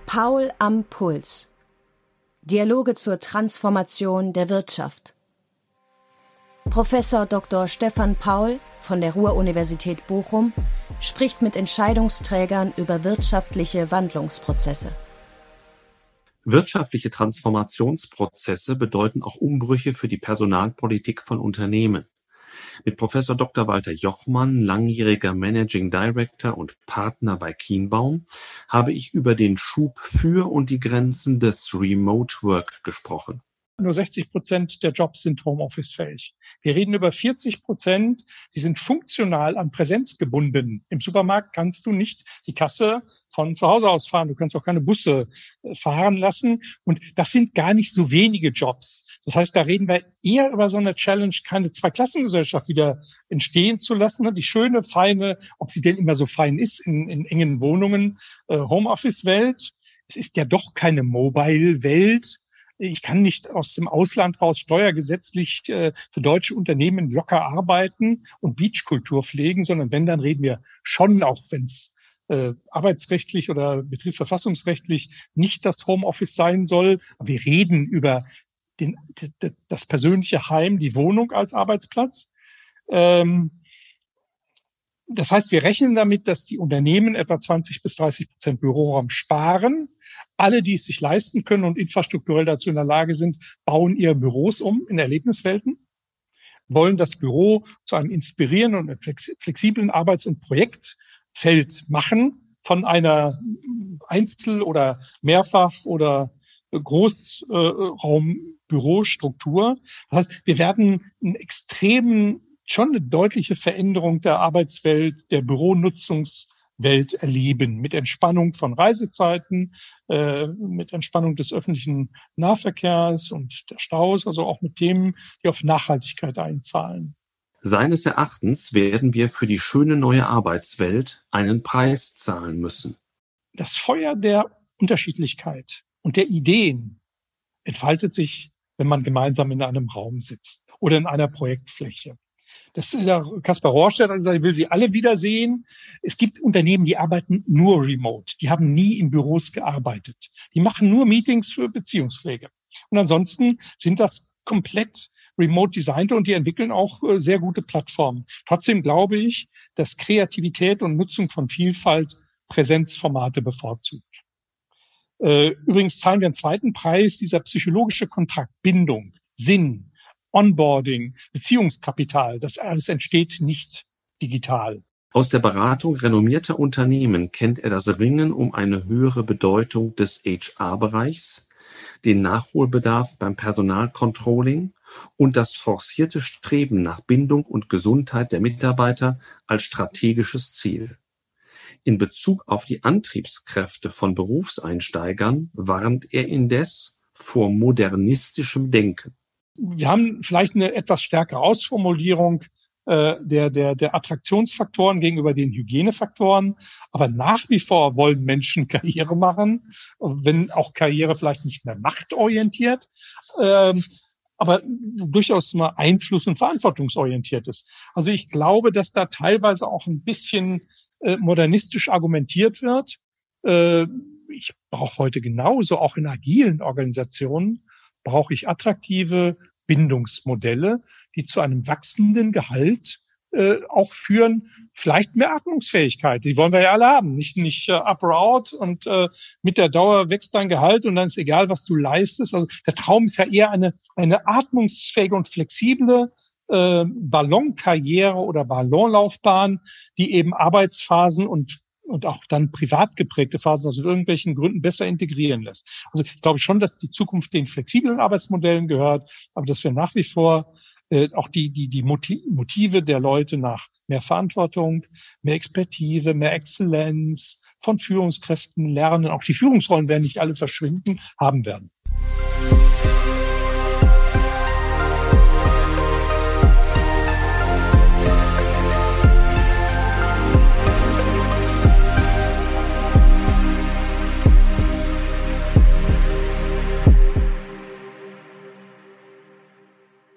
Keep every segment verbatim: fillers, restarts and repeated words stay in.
Paul am Puls. Dialoge zur Transformation der Wirtschaft. Professor Doktor Stefan Paul von der Ruhr-Universität Bochum spricht mit Entscheidungsträgern über wirtschaftliche Wandlungsprozesse. Wirtschaftliche Transformationsprozesse bedeuten auch Umbrüche für die Personalpolitik von Unternehmen. Mit Professor Doktor Walter Jochmann, langjähriger Managing Director und Partner bei Kienbaum, habe ich über den Schub für und die Grenzen des Remote Work gesprochen. Nur sechzig Prozent der Jobs sind Homeoffice-fähig. Wir reden über vierzig Prozent, die sind funktional an Präsenz gebunden. Im Supermarkt kannst du nicht die Kasse von zu Hause aus fahren. Du kannst auch keine Busse fahren lassen. Und das sind gar nicht so wenige Jobs. Das heißt, da reden wir eher über so eine Challenge, keine Zweiklassengesellschaft wieder entstehen zu lassen. Die schöne, feine, ob sie denn immer so fein ist, in, in engen Wohnungen, äh, Homeoffice-Welt. Es ist ja doch keine Mobile-Welt. Ich kann nicht aus dem Ausland raus steuergesetzlich äh, für deutsche Unternehmen locker arbeiten und Beachkultur pflegen, sondern wenn, dann reden wir schon, auch wenn es äh, arbeitsrechtlich oder betriebsverfassungsrechtlich nicht das Homeoffice sein soll. Aber wir reden über den, das persönliche Heim, die Wohnung als Arbeitsplatz. Ähm, das heißt, wir rechnen damit, dass die Unternehmen etwa zwanzig bis dreißig Prozent Büroraum sparen. Alle, die es sich leisten können und infrastrukturell dazu in der Lage sind, bauen ihre Büros um in Erlebniswelten, wollen das Büro zu einem inspirierenden und flexiblen Arbeits- und Projektfeld machen, von einer Einzel- oder Mehrfach- oder Großraumbürostruktur. Das heißt, wir werden einen extremen, schon eine deutliche Veränderung der Arbeitswelt, der Büronutzungswelt erleben, mit Entspannung von Reisezeiten, äh, mit Entspannung des öffentlichen Nahverkehrs und der Staus, also auch mit Themen, die auf Nachhaltigkeit einzahlen. Seines Erachtens werden wir für die schöne neue Arbeitswelt einen Preis zahlen müssen. Das Feuer der Unterschiedlichkeit und der Ideen entfaltet sich, wenn man gemeinsam in einem Raum sitzt oder in einer Projektfläche. Das ist ja Kaspar Rohrstedt, also ich will sie alle wiedersehen. Es gibt Unternehmen, die arbeiten nur remote. Die haben nie in Büros gearbeitet. Die machen nur Meetings für Beziehungspflege. Und ansonsten sind das komplett remote designte und die entwickeln auch sehr gute Plattformen. Trotzdem glaube ich, dass Kreativität und Nutzung von Vielfalt Präsenzformate bevorzugt. Übrigens zahlen wir einen zweiten Preis, dieser psychologische Kontrakt, Bindung, Sinn, Onboarding, Beziehungskapital, das alles entsteht nicht digital. Aus der Beratung renommierter Unternehmen kennt er das Ringen um eine höhere Bedeutung des H R-Bereichs, den Nachholbedarf beim Personalcontrolling und das forcierte Streben nach Bindung und Gesundheit der Mitarbeiter als strategisches Ziel. In Bezug auf die Antriebskräfte von Berufseinsteigern warnt er indes vor modernistischem Denken. Wir haben vielleicht eine etwas stärkere Ausformulierung äh, der, der, der Attraktionsfaktoren gegenüber den Hygienefaktoren. Aber nach wie vor wollen Menschen Karriere machen, wenn auch Karriere vielleicht nicht mehr machtorientiert, ähm, aber durchaus mal einfluss- und verantwortungsorientiert ist. Also ich glaube, dass da teilweise auch ein bisschen äh, modernistisch argumentiert wird. Äh, ich brauche heute genauso, auch in agilen Organisationen, brauche ich attraktive Bindungsmodelle, die zu einem wachsenden Gehalt äh, auch führen, vielleicht mehr Atmungsfähigkeit. Die wollen wir ja alle haben, nicht nicht äh, up or out und äh, mit der Dauer wächst dein Gehalt und dann ist egal, was du leistest. Also der Traum ist ja eher eine eine atmungsfähige und flexible äh, Ballonkarriere oder Ballonlaufbahn, die eben Arbeitsphasen und und auch dann privat geprägte Phasen aus irgendwelchen Gründen besser integrieren lässt. Also ich glaube schon, dass die Zukunft den flexiblen Arbeitsmodellen gehört, aber dass wir nach wie vor äh, auch die die die Motive der Leute nach mehr Verantwortung, mehr Expertise, mehr Exzellenz von Führungskräften lernen, auch die Führungsrollen werden nicht alle verschwinden, haben werden.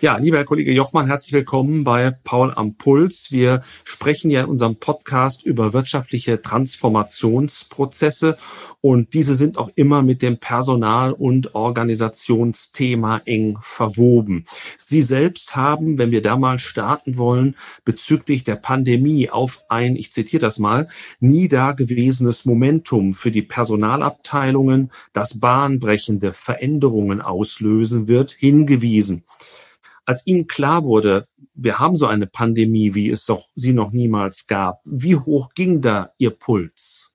Ja, lieber Herr Kollege Jochmann, herzlich willkommen bei Paul am Puls. Wir sprechen ja in unserem Podcast über wirtschaftliche Transformationsprozesse und diese sind auch immer mit dem Personal- und Organisationsthema eng verwoben. Sie selbst haben, wenn wir da mal starten wollen, bezüglich der Pandemie auf ein, ich zitiere das mal, nie dagewesenes Momentum für die Personalabteilungen, das bahnbrechende Veränderungen auslösen wird, hingewiesen. Als Ihnen klar wurde, wir haben so eine Pandemie, wie es doch sie noch niemals gab, wie hoch ging da Ihr Puls?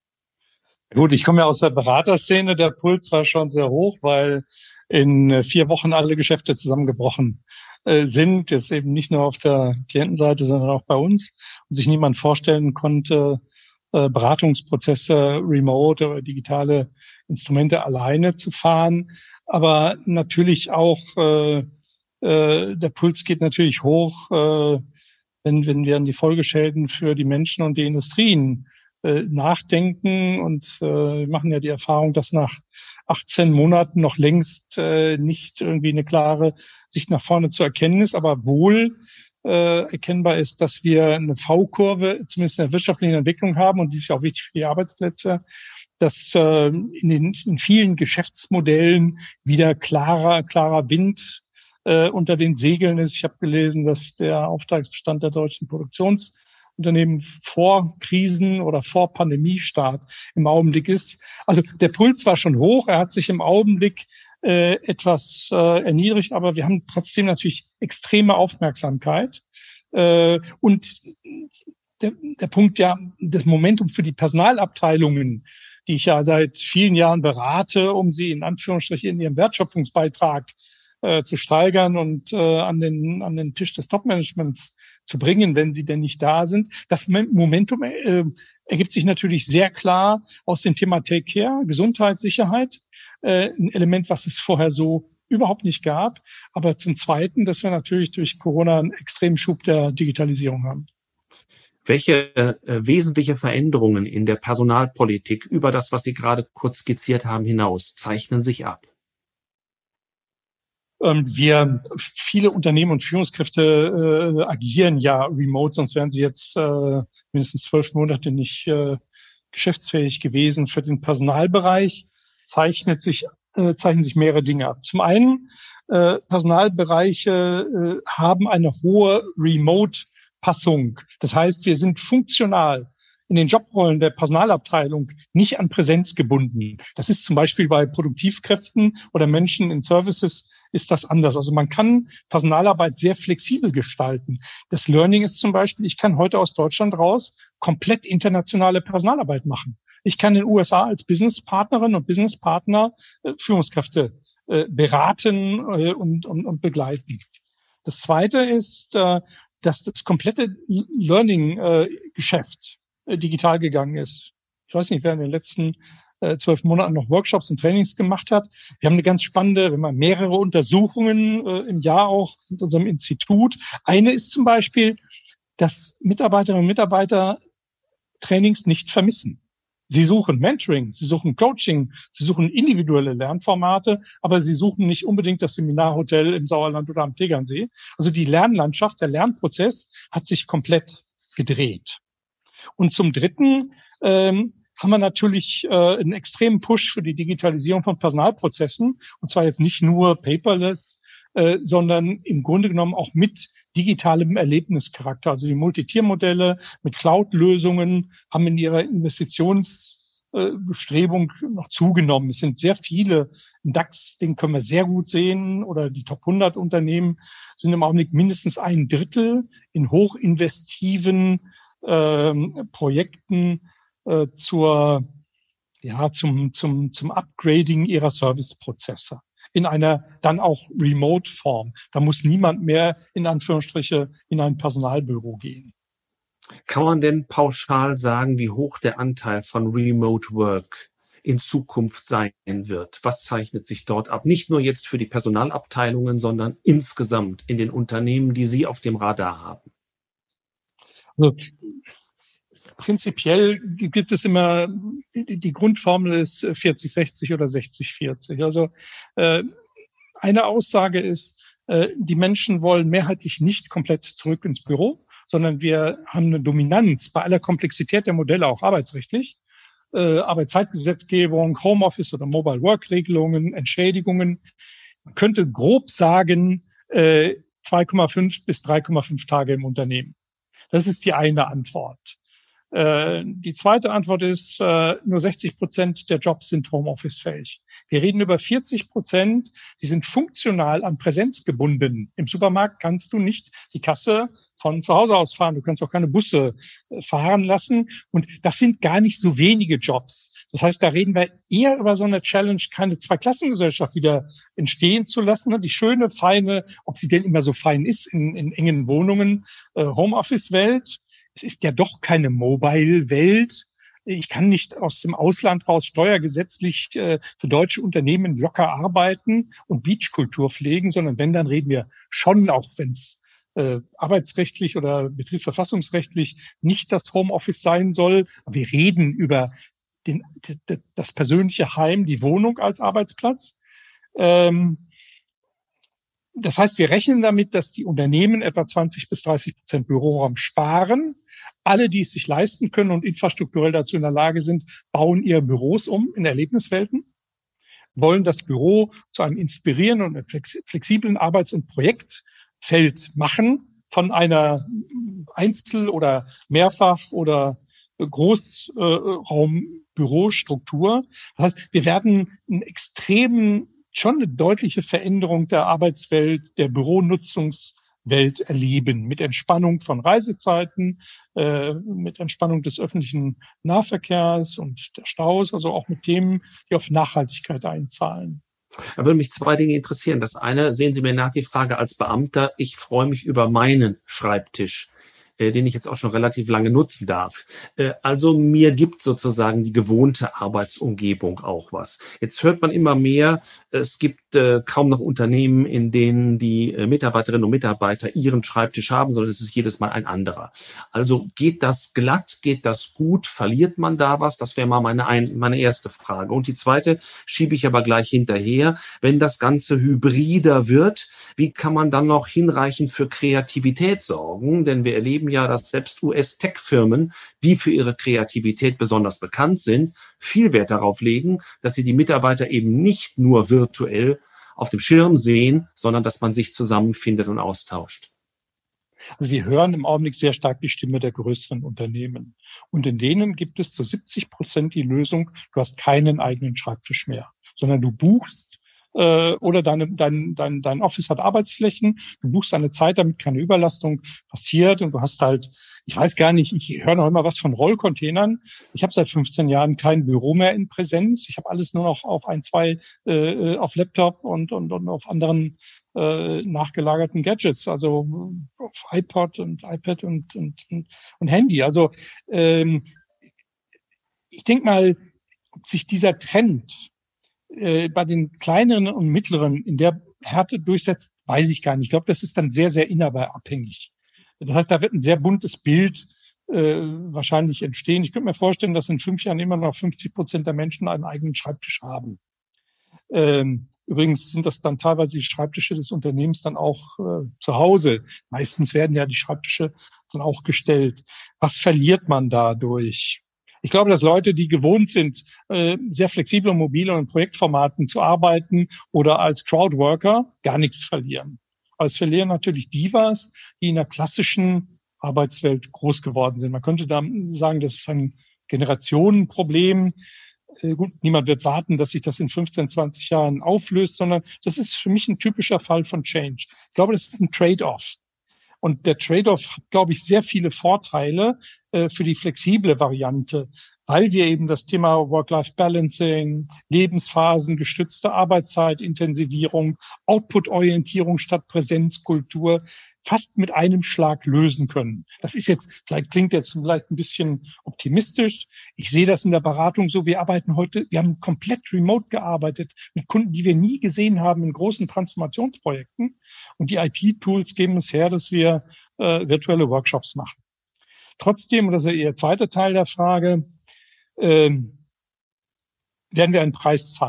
Gut, ich komme ja aus der Beraterszene. Der Puls war schon sehr hoch, weil in vier Wochen alle Geschäfte zusammengebrochen äh, sind. Jetzt eben nicht nur auf der Klientenseite, sondern auch bei uns. Und sich niemand vorstellen konnte, äh, Beratungsprozesse, remote oder digitale Instrumente alleine zu fahren. Aber natürlich auch äh, Äh, der Puls geht natürlich hoch, äh, wenn, wenn wir an die Folgeschäden für die Menschen und die Industrien äh, nachdenken. Und äh, wir machen ja die Erfahrung, dass nach achtzehn Monaten noch längst äh, nicht irgendwie eine klare Sicht nach vorne zu erkennen ist, aber wohl äh, erkennbar ist, dass wir eine V-Kurve, zumindest in der wirtschaftlichen Entwicklung haben. Und die ist ja auch wichtig für die Arbeitsplätze, dass äh, in den in vielen Geschäftsmodellen wieder klarer, klarer Wind äh, unter den Segeln ist. Ich habe gelesen, dass der Auftragsbestand der deutschen Produktionsunternehmen vor Krisen oder vor Pandemiestart im Augenblick ist. Also der Puls war schon hoch, er hat sich im Augenblick äh, etwas äh, erniedrigt, aber wir haben trotzdem natürlich extreme Aufmerksamkeit. Äh, und der, der Punkt ja, das Momentum für die Personalabteilungen, die ich ja seit vielen Jahren berate, um sie in Anführungsstrichen in ihrem Wertschöpfungsbeitrag Äh, zu steigern und äh, an den an den Tisch des Top-Managements zu bringen, wenn sie denn nicht da sind. Das Momentum äh, ergibt sich natürlich sehr klar aus dem Thema Take Care, Gesundheit, Sicherheit, äh, ein Element, was es vorher so überhaupt nicht gab. Aber zum Zweiten, dass wir natürlich durch Corona einen extremen Schub der Digitalisierung haben. Welche äh, wesentliche Veränderungen in der Personalpolitik über das, was Sie gerade kurz skizziert haben, hinaus zeichnen sich ab? Wir, viele Unternehmen und Führungskräfte äh, agieren ja remote, sonst wären sie jetzt äh, mindestens zwölf Monate nicht äh, geschäftsfähig gewesen. Für den Personalbereich zeichnet sich, äh, zeichnen sich mehrere Dinge ab. Zum einen, äh, Personalbereiche äh, haben eine hohe Remote-Passung. Das heißt, wir sind funktional in den Jobrollen der Personalabteilung nicht an Präsenz gebunden. Das ist zum Beispiel bei Produktivkräften oder Menschen in Services ist das anders. Also man kann Personalarbeit sehr flexibel gestalten. Das Learning ist zum Beispiel, ich kann heute aus Deutschland raus komplett internationale Personalarbeit machen. Ich kann in den U S A als Businesspartnerin und Businesspartner äh, Führungskräfte äh, beraten äh, und, und, und begleiten. Das Zweite ist, äh, dass das komplette Learning-Geschäft äh, digital gegangen ist. Ich weiß nicht, wer in den letzten zwölf Monaten noch Workshops und Trainings gemacht hat. Wir haben eine ganz spannende, wenn man mehrere Untersuchungen äh, im Jahr auch mit unserem Institut. Eine ist zum Beispiel, dass Mitarbeiterinnen und Mitarbeiter Trainings nicht vermissen. Sie suchen Mentoring, sie suchen Coaching, sie suchen individuelle Lernformate, aber sie suchen nicht unbedingt das Seminarhotel im Sauerland oder am Tegernsee. Also die Lernlandschaft, der Lernprozess hat sich komplett gedreht. Und zum Dritten ähm, haben wir natürlich äh, einen extremen Push für die Digitalisierung von Personalprozessen. Und zwar jetzt nicht nur paperless, äh, sondern im Grunde genommen auch mit digitalem Erlebnischarakter. Also die Multitier-Modelle mit Cloud-Lösungen haben in ihrer Investitionsbestrebung äh, noch zugenommen. Es sind sehr viele. Im DAX, den können wir sehr gut sehen, oder die Top hundert Unternehmen sind im Augenblick mindestens ein Drittel in hochinvestiven ähm, Projekten zur, ja, zum, zum, zum Upgrading ihrer Serviceprozesse in einer dann auch Remote-Form. Da muss niemand mehr in Anführungsstriche in ein Personalbüro gehen. Kann man denn pauschal sagen, wie hoch der Anteil von Remote Work in Zukunft sein wird? Was zeichnet sich dort ab? Nicht nur jetzt für die Personalabteilungen, sondern insgesamt in den Unternehmen, die Sie auf dem Radar haben. Also, prinzipiell gibt es immer, die Grundformel ist vierzig sechzig oder sechzig vierzig. Also äh, eine Aussage ist, Äh, die Menschen wollen mehrheitlich nicht komplett zurück ins Büro, sondern wir haben eine Dominanz bei aller Komplexität der Modelle, auch arbeitsrechtlich. Äh, Arbeitszeitgesetzgebung, Homeoffice oder Mobile Work Regelungen, Entschädigungen. Man könnte grob sagen, äh, zwei Komma fünf bis drei Komma fünf Tage im Unternehmen. Das ist die eine Antwort. Äh, die zweite Antwort ist, äh, nur sechzig Prozent der Jobs sind Homeoffice-fähig. Wir reden über vierzig Prozent, die sind funktional an Präsenz gebunden. Im Supermarkt kannst du nicht die Kasse von zu Hause aus fahren. Du kannst auch keine Busse äh, fahren lassen. Und das sind gar nicht so wenige Jobs. Das heißt, da reden wir eher über so eine Challenge, keine Zweiklassengesellschaft wieder entstehen zu lassen. Ne? Die schöne, feine, ob sie denn immer so fein ist in, in engen Wohnungen, äh, Homeoffice-Welt. Es ist ja doch keine Mobile-Welt. Ich kann nicht aus dem Ausland raus steuergesetzlich äh, für deutsche Unternehmen locker arbeiten und Beachkultur pflegen, sondern wenn, dann reden wir schon, auch wenn es äh, arbeitsrechtlich oder betriebsverfassungsrechtlich nicht das Homeoffice sein soll. Aber wir reden über den, das persönliche Heim, die Wohnung als Arbeitsplatz. Ähm, Das heißt, wir rechnen damit, dass die Unternehmen etwa zwanzig bis dreißig Prozent Büroraum sparen. Alle, die es sich leisten können und infrastrukturell dazu in der Lage sind, bauen ihre Büros um in Erlebniswelten, wollen das Büro zu einem inspirierenden und flexiblen Arbeits- und Projektfeld machen, von einer Einzel- oder Mehrfach- oder Großraumbürostruktur. Das heißt, wir werden einen extremen, schon eine deutliche Veränderung der Arbeitswelt, der Büronutzungswelt erleben, mit Entspannung von Reisezeiten, äh, mit Entspannung des öffentlichen Nahverkehrs und der Staus, also auch mit Themen, die auf Nachhaltigkeit einzahlen. Da würden mich zwei Dinge interessieren. Das eine, sehen Sie mir nach, die Frage als Beamter, ich freue mich über meinen Schreibtisch, äh, den ich jetzt auch schon relativ lange nutzen darf. Äh, also mir gibt sozusagen die gewohnte Arbeitsumgebung auch was. Jetzt hört man immer mehr, es gibt äh, kaum noch Unternehmen, in denen die äh, Mitarbeiterinnen und Mitarbeiter ihren Schreibtisch haben, sondern es ist jedes Mal ein anderer. Also geht das glatt, geht das gut, verliert man da was? Das wäre mal meine, ein, meine erste Frage. Und die zweite schiebe ich aber gleich hinterher. Wenn das Ganze hybrider wird, wie kann man dann noch hinreichend für Kreativität sorgen? Denn wir erleben ja, dass selbst U S-Tech-Firmen, die für ihre Kreativität besonders bekannt sind, viel Wert darauf legen, dass sie die Mitarbeiter eben nicht nur virtuell auf dem Schirm sehen, sondern dass man sich zusammenfindet und austauscht. Also wir hören im Augenblick sehr stark die Stimme der größeren Unternehmen. Und in denen gibt es zu siebzig Prozent die Lösung, du hast keinen eigenen Schreibtisch mehr, sondern du buchst äh, oder deine, dein, dein, dein Office hat Arbeitsflächen, du buchst eine Zeit, damit keine Überlastung passiert und du hast halt, ich weiß gar nicht, ich höre noch immer was von Rollcontainern. Ich habe seit fünfzehn Jahren kein Büro mehr in Präsenz. Ich habe alles nur noch auf ein, zwei, äh, auf Laptop und, und, und auf anderen äh, nachgelagerten Gadgets, also auf iPod und iPad und, und, und, und Handy. Also ähm, ich denke mal, ob sich dieser Trend äh, bei den kleineren und mittleren in der Härte durchsetzt, weiß ich gar nicht. Ich glaube, das ist dann sehr, sehr inhaberabhängig. Das heißt, da wird ein sehr buntes Bild äh, wahrscheinlich entstehen. Ich könnte mir vorstellen, dass in fünf Jahren immer noch fünfzig Prozent der Menschen einen eigenen Schreibtisch haben. Ähm, übrigens sind das dann teilweise die Schreibtische des Unternehmens dann auch äh, zu Hause. Meistens werden ja die Schreibtische dann auch gestellt. Was verliert man dadurch? Ich glaube, dass Leute, die gewohnt sind, äh, sehr flexibel und mobil und in Projektformaten zu arbeiten oder als Crowdworker, gar nichts verlieren. Aber es verlieren natürlich die was, die in der klassischen Arbeitswelt groß geworden sind. Man könnte da sagen, das ist ein Generationenproblem. Äh, gut, niemand wird warten, dass sich das in fünfzehn, zwanzig Jahren auflöst, sondern das ist für mich ein typischer Fall von Change. Ich glaube, das ist ein Trade-off. Und der Trade-off hat, glaube ich, sehr viele Vorteile äh, für die flexible Variante, weil wir eben das Thema Work-Life-Balancing, Lebensphasen, gestützte Arbeitszeitintensivierung, Output-Orientierung statt Präsenzkultur fast mit einem Schlag lösen können. Das ist jetzt, vielleicht klingt jetzt vielleicht ein bisschen optimistisch. Ich sehe das in der Beratung so. Wir arbeiten heute, wir haben komplett remote gearbeitet mit Kunden, die wir nie gesehen haben in großen Transformationsprojekten. Und die I T-Tools geben es her, dass wir äh, virtuelle Workshops machen. Trotzdem, und das ist ja Ihr zweiter Teil der Frage, äh, werden wir einen Preis zahlen.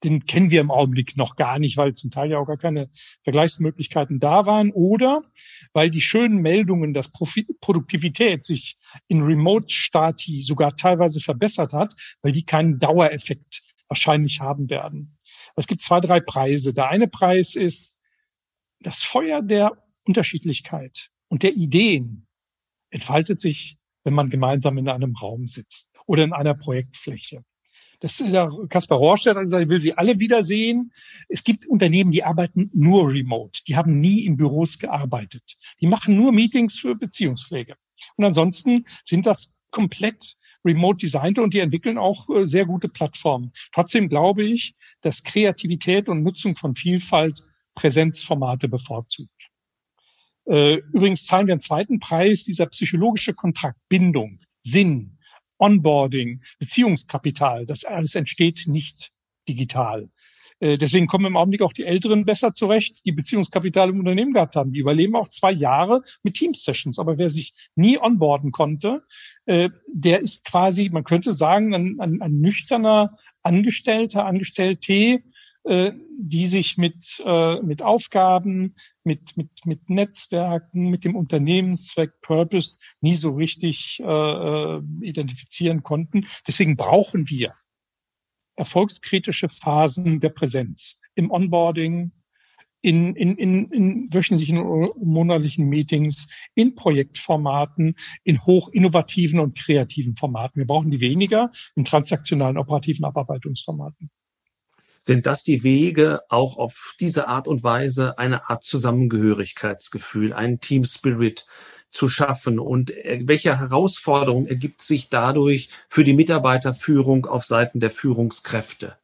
den kennen wir im Augenblick noch gar nicht, weil zum Teil ja auch gar keine Vergleichsmöglichkeiten da waren oder weil die schönen Meldungen, dass Profit, Produktivität sich in Remote-Stati sogar teilweise verbessert hat, weil die keinen Dauereffekt wahrscheinlich haben werden. Es gibt zwei, drei Preise. Der eine Preis ist das Feuer der Unterschiedlichkeit und der Ideen entfaltet sich, wenn man gemeinsam in einem Raum sitzt oder in einer Projektfläche. Das ist ja Kaspar Rohrstedt, also ich will sie alle wiedersehen. Es gibt Unternehmen, die arbeiten nur remote. Die haben nie in Büros gearbeitet. Die machen nur Meetings für Beziehungspflege. Und ansonsten sind das komplett remote designte und die entwickeln auch sehr gute Plattformen. Trotzdem glaube ich, dass Kreativität und Nutzung von Vielfalt Präsenzformate bevorzugt. Übrigens zahlen wir einen zweiten Preis, dieser psychologische Kontakt, Bindung, Sinn, Onboarding, Beziehungskapital, das alles entsteht nicht digital. Äh, deswegen kommen im Augenblick auch die Älteren besser zurecht, die Beziehungskapital im Unternehmen gehabt haben. Die überleben auch zwei Jahre mit Teams-Sessions. Aber wer sich nie onboarden konnte, äh, der ist quasi, man könnte sagen, ein, ein, ein nüchterner Angestellter, Angestellte, äh, die sich mit, äh, mit Aufgaben, mit, mit, mit Netzwerken, mit dem Unternehmenszweck, Purpose nie so richtig äh, identifizieren konnten. Deswegen brauchen wir erfolgskritische Phasen der Präsenz im Onboarding, in, in, in, in wöchentlichen oder monatlichen Meetings, in Projektformaten, in hoch innovativen und kreativen Formaten. Wir brauchen die weniger in transaktionalen operativen Abarbeitungsformaten. Sind das die Wege, auch auf diese Art und Weise eine Art Zusammengehörigkeitsgefühl, einen Team Spirit zu schaffen? Und welche Herausforderung ergibt sich dadurch für die Mitarbeiterführung auf Seiten der Führungskräfte?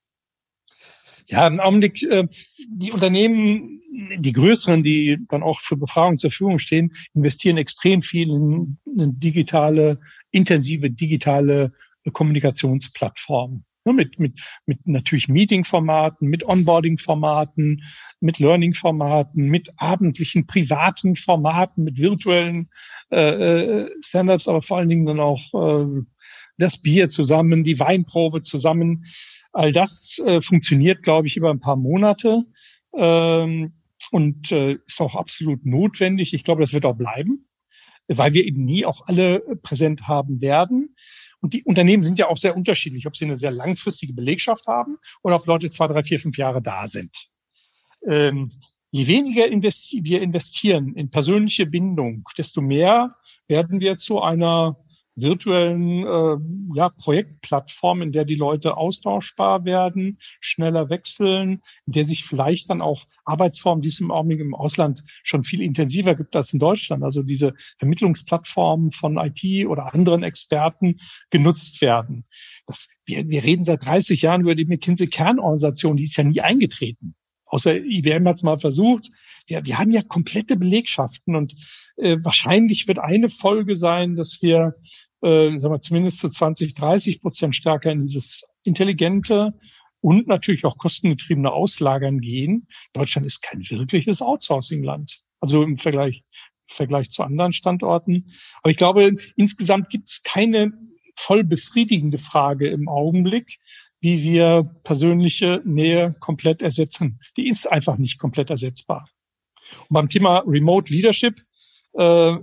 Ja, im Augenblick, äh, die Unternehmen, die größeren, die dann auch für Befragung zur Verfügung stehen, investieren extrem viel in eine digitale, intensive digitale Kommunikationsplattform. Mit, mit, mit natürlich Meeting-Formaten, mit Onboarding-Formaten, mit Learning-Formaten, mit abendlichen privaten Formaten, mit virtuellen äh, Stand-ups, aber vor allen Dingen dann auch äh, das Bier zusammen, die Weinprobe zusammen. All das äh, funktioniert, glaube ich, über ein paar Monate ähm, und äh, ist auch absolut notwendig. Ich glaube, das wird auch bleiben, weil wir eben nie auch alle präsent haben werden. Und die Unternehmen sind ja auch sehr unterschiedlich, ob sie eine sehr langfristige Belegschaft haben oder ob Leute zwei, drei, vier, fünf Jahre da sind. Ähm, je weniger investi- wir investieren in persönliche Bindung, desto mehr werden wir zu einer virtuellen äh, ja, Projektplattform, in der die Leute austauschbar werden, schneller wechseln, in der sich vielleicht dann auch Arbeitsformen, die es im Augenblick im Ausland schon viel intensiver gibt als in Deutschland, also diese Vermittlungsplattformen von I T oder anderen Experten genutzt werden. Das, wir, wir reden seit dreißig Jahren über die McKinsey-Kernorganisation, die ist ja nie eingetreten. Außer I B M hat es mal versucht. Wir, wir haben ja komplette Belegschaften und äh, wahrscheinlich wird eine Folge sein, dass wir äh, sagen wir, zumindest zu zwanzig, dreißig Prozent stärker in dieses intelligente und natürlich auch kostengetriebene Auslagern gehen. Deutschland ist kein wirkliches Outsourcing-Land, also im Vergleich, im Vergleich zu anderen Standorten. Aber ich glaube, insgesamt gibt es keine voll befriedigende Frage im Augenblick, wie wir persönliche Nähe komplett ersetzen. Die ist einfach nicht komplett ersetzbar. Und beim Thema Remote Leadership, äh,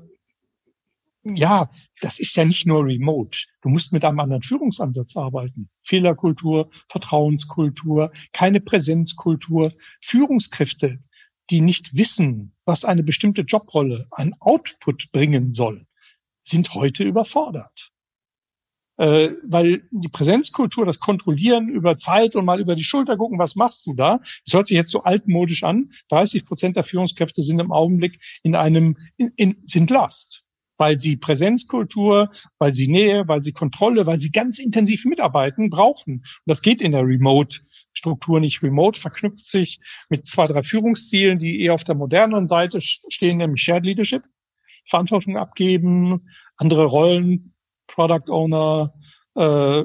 ja, das ist ja nicht nur remote. Du musst mit einem anderen Führungsansatz arbeiten. Fehlerkultur, Vertrauenskultur, keine Präsenzkultur. Führungskräfte, die nicht wissen, was eine bestimmte Jobrolle an Output bringen soll, sind heute überfordert. Äh, weil die Präsenzkultur, das Kontrollieren über Zeit und mal über die Schulter gucken, was machst du da? Das hört sich jetzt so altmodisch an. dreißig Prozent der Führungskräfte sind im Augenblick in einem, in, in, sind lost. Weil sie Präsenzkultur, weil sie Nähe, weil sie Kontrolle, weil sie ganz intensiv mitarbeiten, brauchen. Und das geht in der Remote-Struktur nicht. Remote verknüpft sich mit zwei, drei Führungsstilen, die eher auf der moderneren Seite stehen, nämlich Shared Leadership, Verantwortung abgeben, andere Rollen, Product Owner, äh,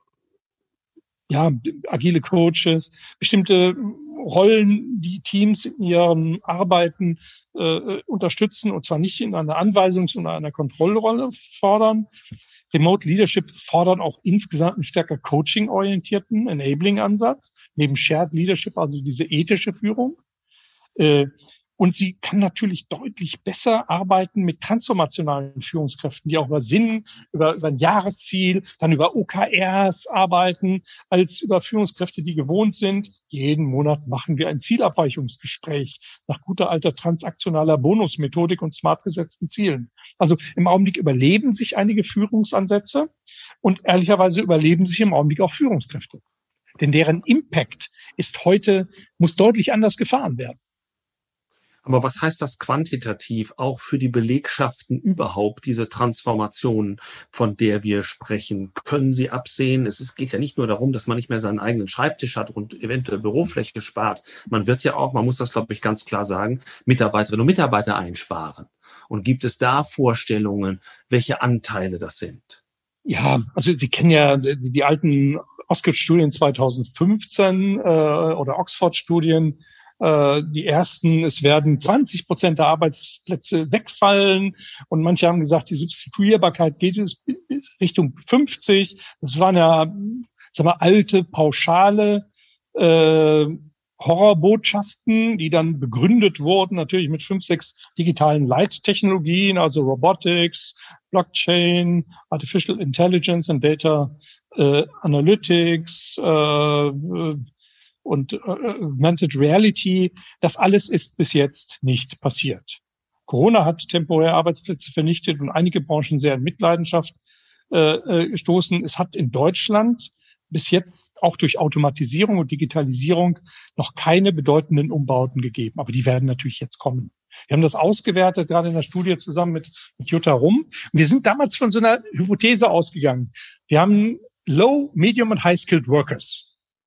ja, agile Coaches, bestimmte Rollen, die Teams in ihrem Arbeiten äh, unterstützen und zwar nicht in einer Anweisungs- oder einer Kontrollrolle fordern. Remote Leadership fordert auch insgesamt einen stärker coaching-orientierten, enabling-Ansatz, neben Shared Leadership, also diese ethische Führung. Äh, Und sie kann natürlich deutlich besser arbeiten mit transformationalen Führungskräften, die auch über Sinn, über, über ein Jahresziel, dann über O K Rs arbeiten, als über Führungskräfte, die gewohnt sind. Jeden Monat machen wir ein Zielabweichungsgespräch nach guter alter transaktionaler Bonusmethodik und smart gesetzten Zielen. Also im Augenblick überleben sich einige Führungsansätze und ehrlicherweise überleben sich im Augenblick auch Führungskräfte. Denn deren Impact ist heute, muss deutlich anders gefahren werden. Aber was heißt das quantitativ auch für die Belegschaften überhaupt, diese Transformation, von der wir sprechen? Können Sie absehen? Es ist, geht ja nicht nur darum, dass man nicht mehr seinen eigenen Schreibtisch hat und eventuell Bürofläche spart. Man wird ja auch, man muss das, glaube ich, ganz klar sagen, Mitarbeiterinnen und Mitarbeiter einsparen. Und gibt es da Vorstellungen, welche Anteile das sind? Ja, also Sie kennen ja die, die alten Oskar-Studien zweitausendfünfzehn äh, oder Oxford-Studien. Die ersten, es werden zwanzig Prozent der Arbeitsplätze wegfallen und manche haben gesagt, die Substituierbarkeit geht es Richtung fünfzig. Das waren ja, sagen wir, alte, pauschale äh, Horrorbotschaften, die dann begründet wurden, natürlich mit fünf, sechs digitalen Leittechnologien, also Robotics, Blockchain, Artificial Intelligence and Data äh, Analytics, äh, und äh, Augmented Reality, das alles ist bis jetzt nicht passiert. Corona hat temporär Arbeitsplätze vernichtet und einige Branchen sehr in Mitleidenschaft äh, gestoßen. Es hat in Deutschland bis jetzt auch durch Automatisierung und Digitalisierung noch keine bedeutenden Umbauten gegeben. Aber die werden natürlich jetzt kommen. Wir haben das ausgewertet, gerade in der Studie zusammen mit, mit Jutta Rumm. Und wir sind damals von so einer Hypothese ausgegangen. Wir haben Low, Medium und High-Skilled Workers.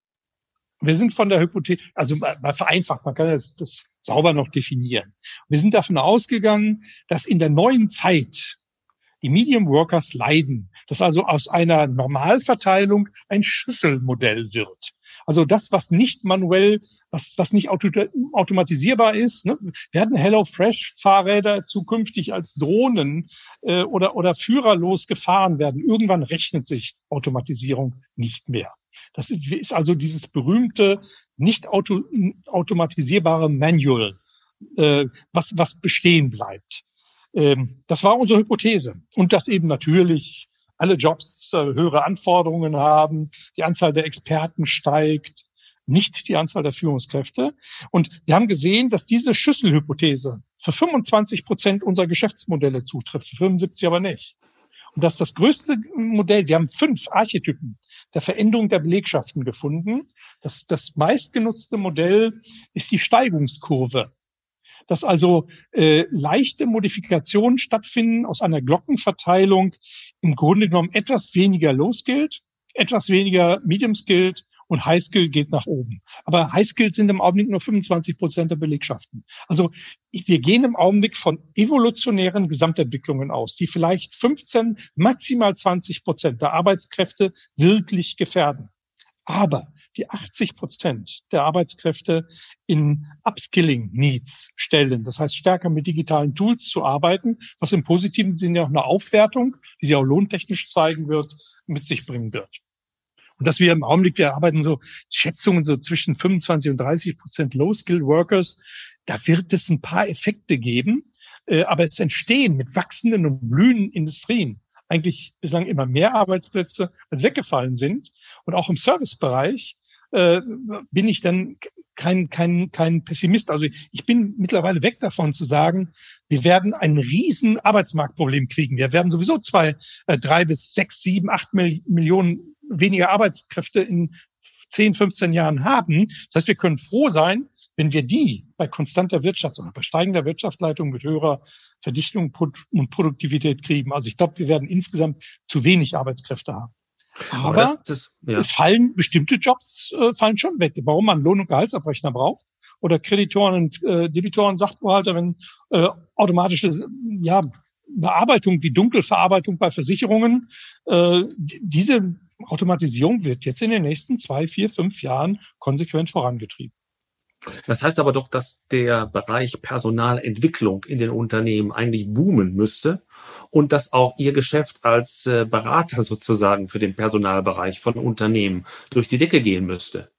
Wir sind von der Hypothese, also mal vereinfacht, man kann das, das sauber noch definieren. Wir sind davon ausgegangen, dass in der neuen Zeit die Medium Workers leiden, dass also aus einer Normalverteilung ein Schüsselmodell wird. Also das, was nicht manuell, was, was nicht auto, automatisierbar ist, ne? Werden HelloFresh-Fahrräder zukünftig als Drohnen äh, oder, oder führerlos gefahren werden. Irgendwann rechnet sich Automatisierung nicht mehr. Das ist also dieses berühmte, nicht auto, automatisierbare Manual, äh, was, was bestehen bleibt. Ähm, das war unsere Hypothese. Und dass eben natürlich alle Jobs äh, höhere Anforderungen haben, die Anzahl der Experten steigt, nicht die Anzahl der Führungskräfte. Und wir haben gesehen, dass diese Schüsselhypothese für fünfundzwanzig Prozent unserer Geschäftsmodelle zutrifft, für fünfundsiebzig aber nicht. Und dass das größte Modell, wir haben fünf Archetypen der Veränderung der Belegschaften gefunden. Das, das meistgenutzte Modell ist die Steigungskurve. Dass also äh, leichte Modifikationen stattfinden aus einer Glockenverteilung, im Grunde genommen etwas weniger Low-Skilled, etwas weniger Medium-Skilled und High-Skilled geht nach oben. Aber High-Skilled sind im Augenblick nur fünfundzwanzig Prozent der Belegschaften. Also wir gehen im Augenblick von evolutionären Gesamtentwicklungen aus, die vielleicht fünfzehn, maximal zwanzig Prozent der Arbeitskräfte wirklich gefährden. Aber die achtzig Prozent der Arbeitskräfte in Upskilling-Needs stellen. Das heißt, stärker mit digitalen Tools zu arbeiten, was im positiven Sinne auch eine Aufwertung, die sich auch lohntechnisch zeigen wird, mit sich bringen wird. Und dass wir im Augenblick, wir arbeiten so Schätzungen so zwischen fünfundzwanzig und dreißig Prozent Low-Skilled Workers, da wird es ein paar Effekte geben, äh, aber es entstehen mit wachsenden und blühenden Industrien eigentlich bislang immer mehr Arbeitsplätze, als weggefallen sind. Und auch im Servicebereich äh, bin ich dann kein, kein, kein Pessimist. Also ich bin mittlerweile weg davon zu sagen, wir werden ein riesen Arbeitsmarktproblem kriegen. Wir werden sowieso zwei, äh, drei bis sechs, sieben, acht Millionen weniger Arbeitskräfte in zehn, fünfzehn Jahren haben. Das heißt, wir können froh sein, wenn wir die bei konstanter Wirtschaft oder bei steigender Wirtschaftsleitung mit höherer Verdichtung und Produktivität kriegen. Also ich glaube, wir werden insgesamt zu wenig Arbeitskräfte haben. Aber, Aber das, das, ja. es fallen bestimmte Jobs äh, fallen schon weg. Warum man Lohn- und Gehaltsabrechner braucht oder Kreditoren und äh, Debitoren, Sachbuchhalter, wenn äh, automatische ja, Bearbeitung wie Dunkelverarbeitung bei Versicherungen, äh, diese Automatisierung wird jetzt in den nächsten zwei, vier, fünf Jahren konsequent vorangetrieben. Das heißt aber doch, dass der Bereich Personalentwicklung in den Unternehmen eigentlich boomen müsste und dass auch Ihr Geschäft als äh, Berater sozusagen für den Personalbereich von Unternehmen durch die Decke gehen müsste.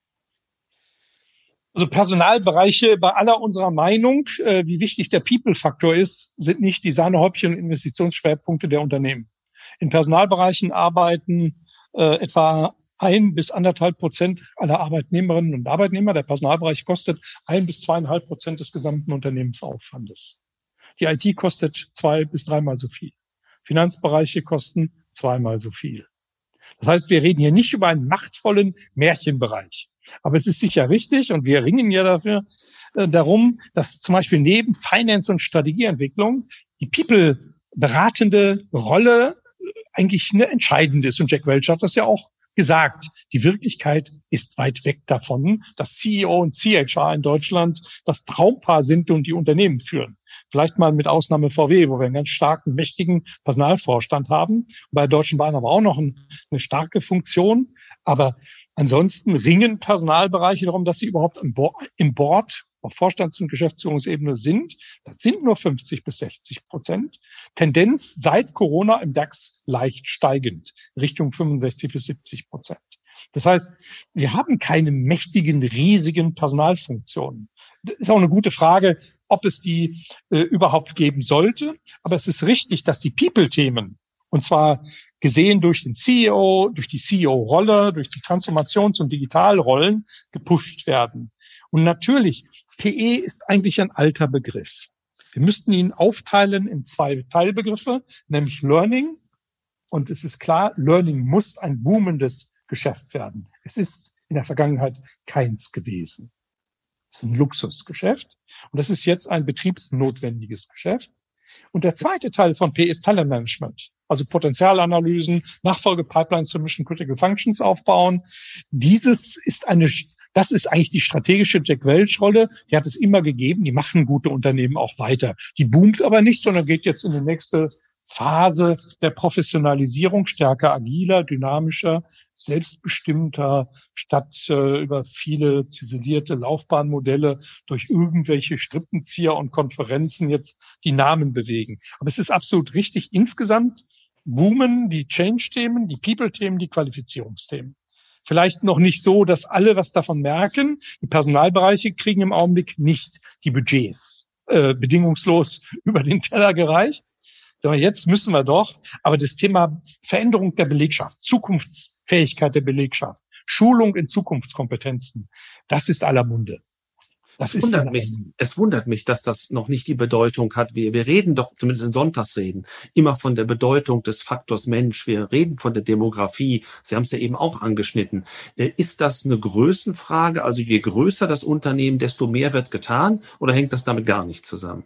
Also Personalbereiche, bei aller unserer Meinung, äh, wie wichtig der People-Faktor ist, sind nicht die Sahnehäubchen und Investitionsschwerpunkte der Unternehmen. In Personalbereichen arbeiten äh, etwa ein bis anderthalb Prozent aller Arbeitnehmerinnen und Arbeitnehmer. Der Personalbereich kostet ein bis zweieinhalb Prozent des gesamten Unternehmensaufwandes. Die I T kostet zwei bis dreimal so viel. Finanzbereiche kosten zweimal so viel. Das heißt, wir reden hier nicht über einen machtvollen Märchenbereich. Aber es ist sicher richtig, und wir ringen ja dafür, äh, darum, dass zum Beispiel neben Finance- und Strategieentwicklung die People-beratende Rolle eigentlich eine entscheidende ist. Und Jack Welch hat das ja auch gesagt. Die Wirklichkeit ist weit weg davon, dass C E O und C H R in Deutschland das Traumpaar sind und die Unternehmen führen. Vielleicht mal mit Ausnahme V W, wo wir einen ganz starken, mächtigen Personalvorstand haben. Bei der Deutschen Bahn aber auch noch ein, eine starke Funktion. Aber ansonsten ringen Personalbereiche darum, dass sie überhaupt an Bo- im Board auf Vorstands- und Geschäftsführungsebene sind. Das sind nur fünfzig bis sechzig Prozent. Tendenz seit Corona im DAX leicht steigend, Richtung fünfundsechzig bis siebzig Prozent. Das heißt, wir haben keine mächtigen, riesigen Personalfunktionen. Das ist auch eine gute Frage, ob es die äh, überhaupt geben sollte. Aber es ist richtig, dass die People-Themen, und zwar gesehen durch den C E O, durch die C E O-Rolle, durch die Transformations- und Digitalrollen gepusht werden. Und natürlich, P E ist eigentlich ein alter Begriff. Wir müssten ihn aufteilen in zwei Teilbegriffe, nämlich Learning. Und es ist klar, Learning muss ein boomendes Geschäft werden. Es ist in der Vergangenheit keins gewesen. Es ist ein Luxusgeschäft. Und das ist jetzt ein betriebsnotwendiges Geschäft. Und der zweite Teil von P ist Talentmanagement, also Potenzialanalysen, Nachfolgepipelines für Mission Critical Functions aufbauen. Dieses ist eine, das ist eigentlich die strategische Jack Welch-Rolle. Die hat es immer gegeben. Die machen gute Unternehmen auch weiter. Die boomt aber nicht, sondern geht jetzt in die nächste Phase der Professionalisierung, stärker agiler, dynamischer, selbstbestimmter, statt äh, über viele ziselierte Laufbahnmodelle durch irgendwelche Strippenzieher und Konferenzen jetzt die Namen bewegen. Aber es ist absolut richtig. Insgesamt boomen die Change-Themen, die People-Themen, die Qualifizierungsthemen. Vielleicht noch nicht so, dass alle was davon merken. Die Personalbereiche kriegen im Augenblick nicht die Budgets äh, bedingungslos über den Teller gereicht. Sagen wir, jetzt müssen wir doch, aber das Thema Veränderung der Belegschaft, Zukunftsfähigkeit der Belegschaft, Schulung in Zukunftskompetenzen, das ist aller Munde. Das Es wundert mich, es wundert mich, dass das noch nicht die Bedeutung hat. Wir, wir reden doch, zumindest in Sonntagsreden, immer von der Bedeutung des Faktors Mensch. Wir reden von der Demografie. Sie haben es ja eben auch angeschnitten. Ist das eine Größenfrage? Also je größer das Unternehmen, desto mehr wird getan? Oder hängt das damit gar nicht zusammen?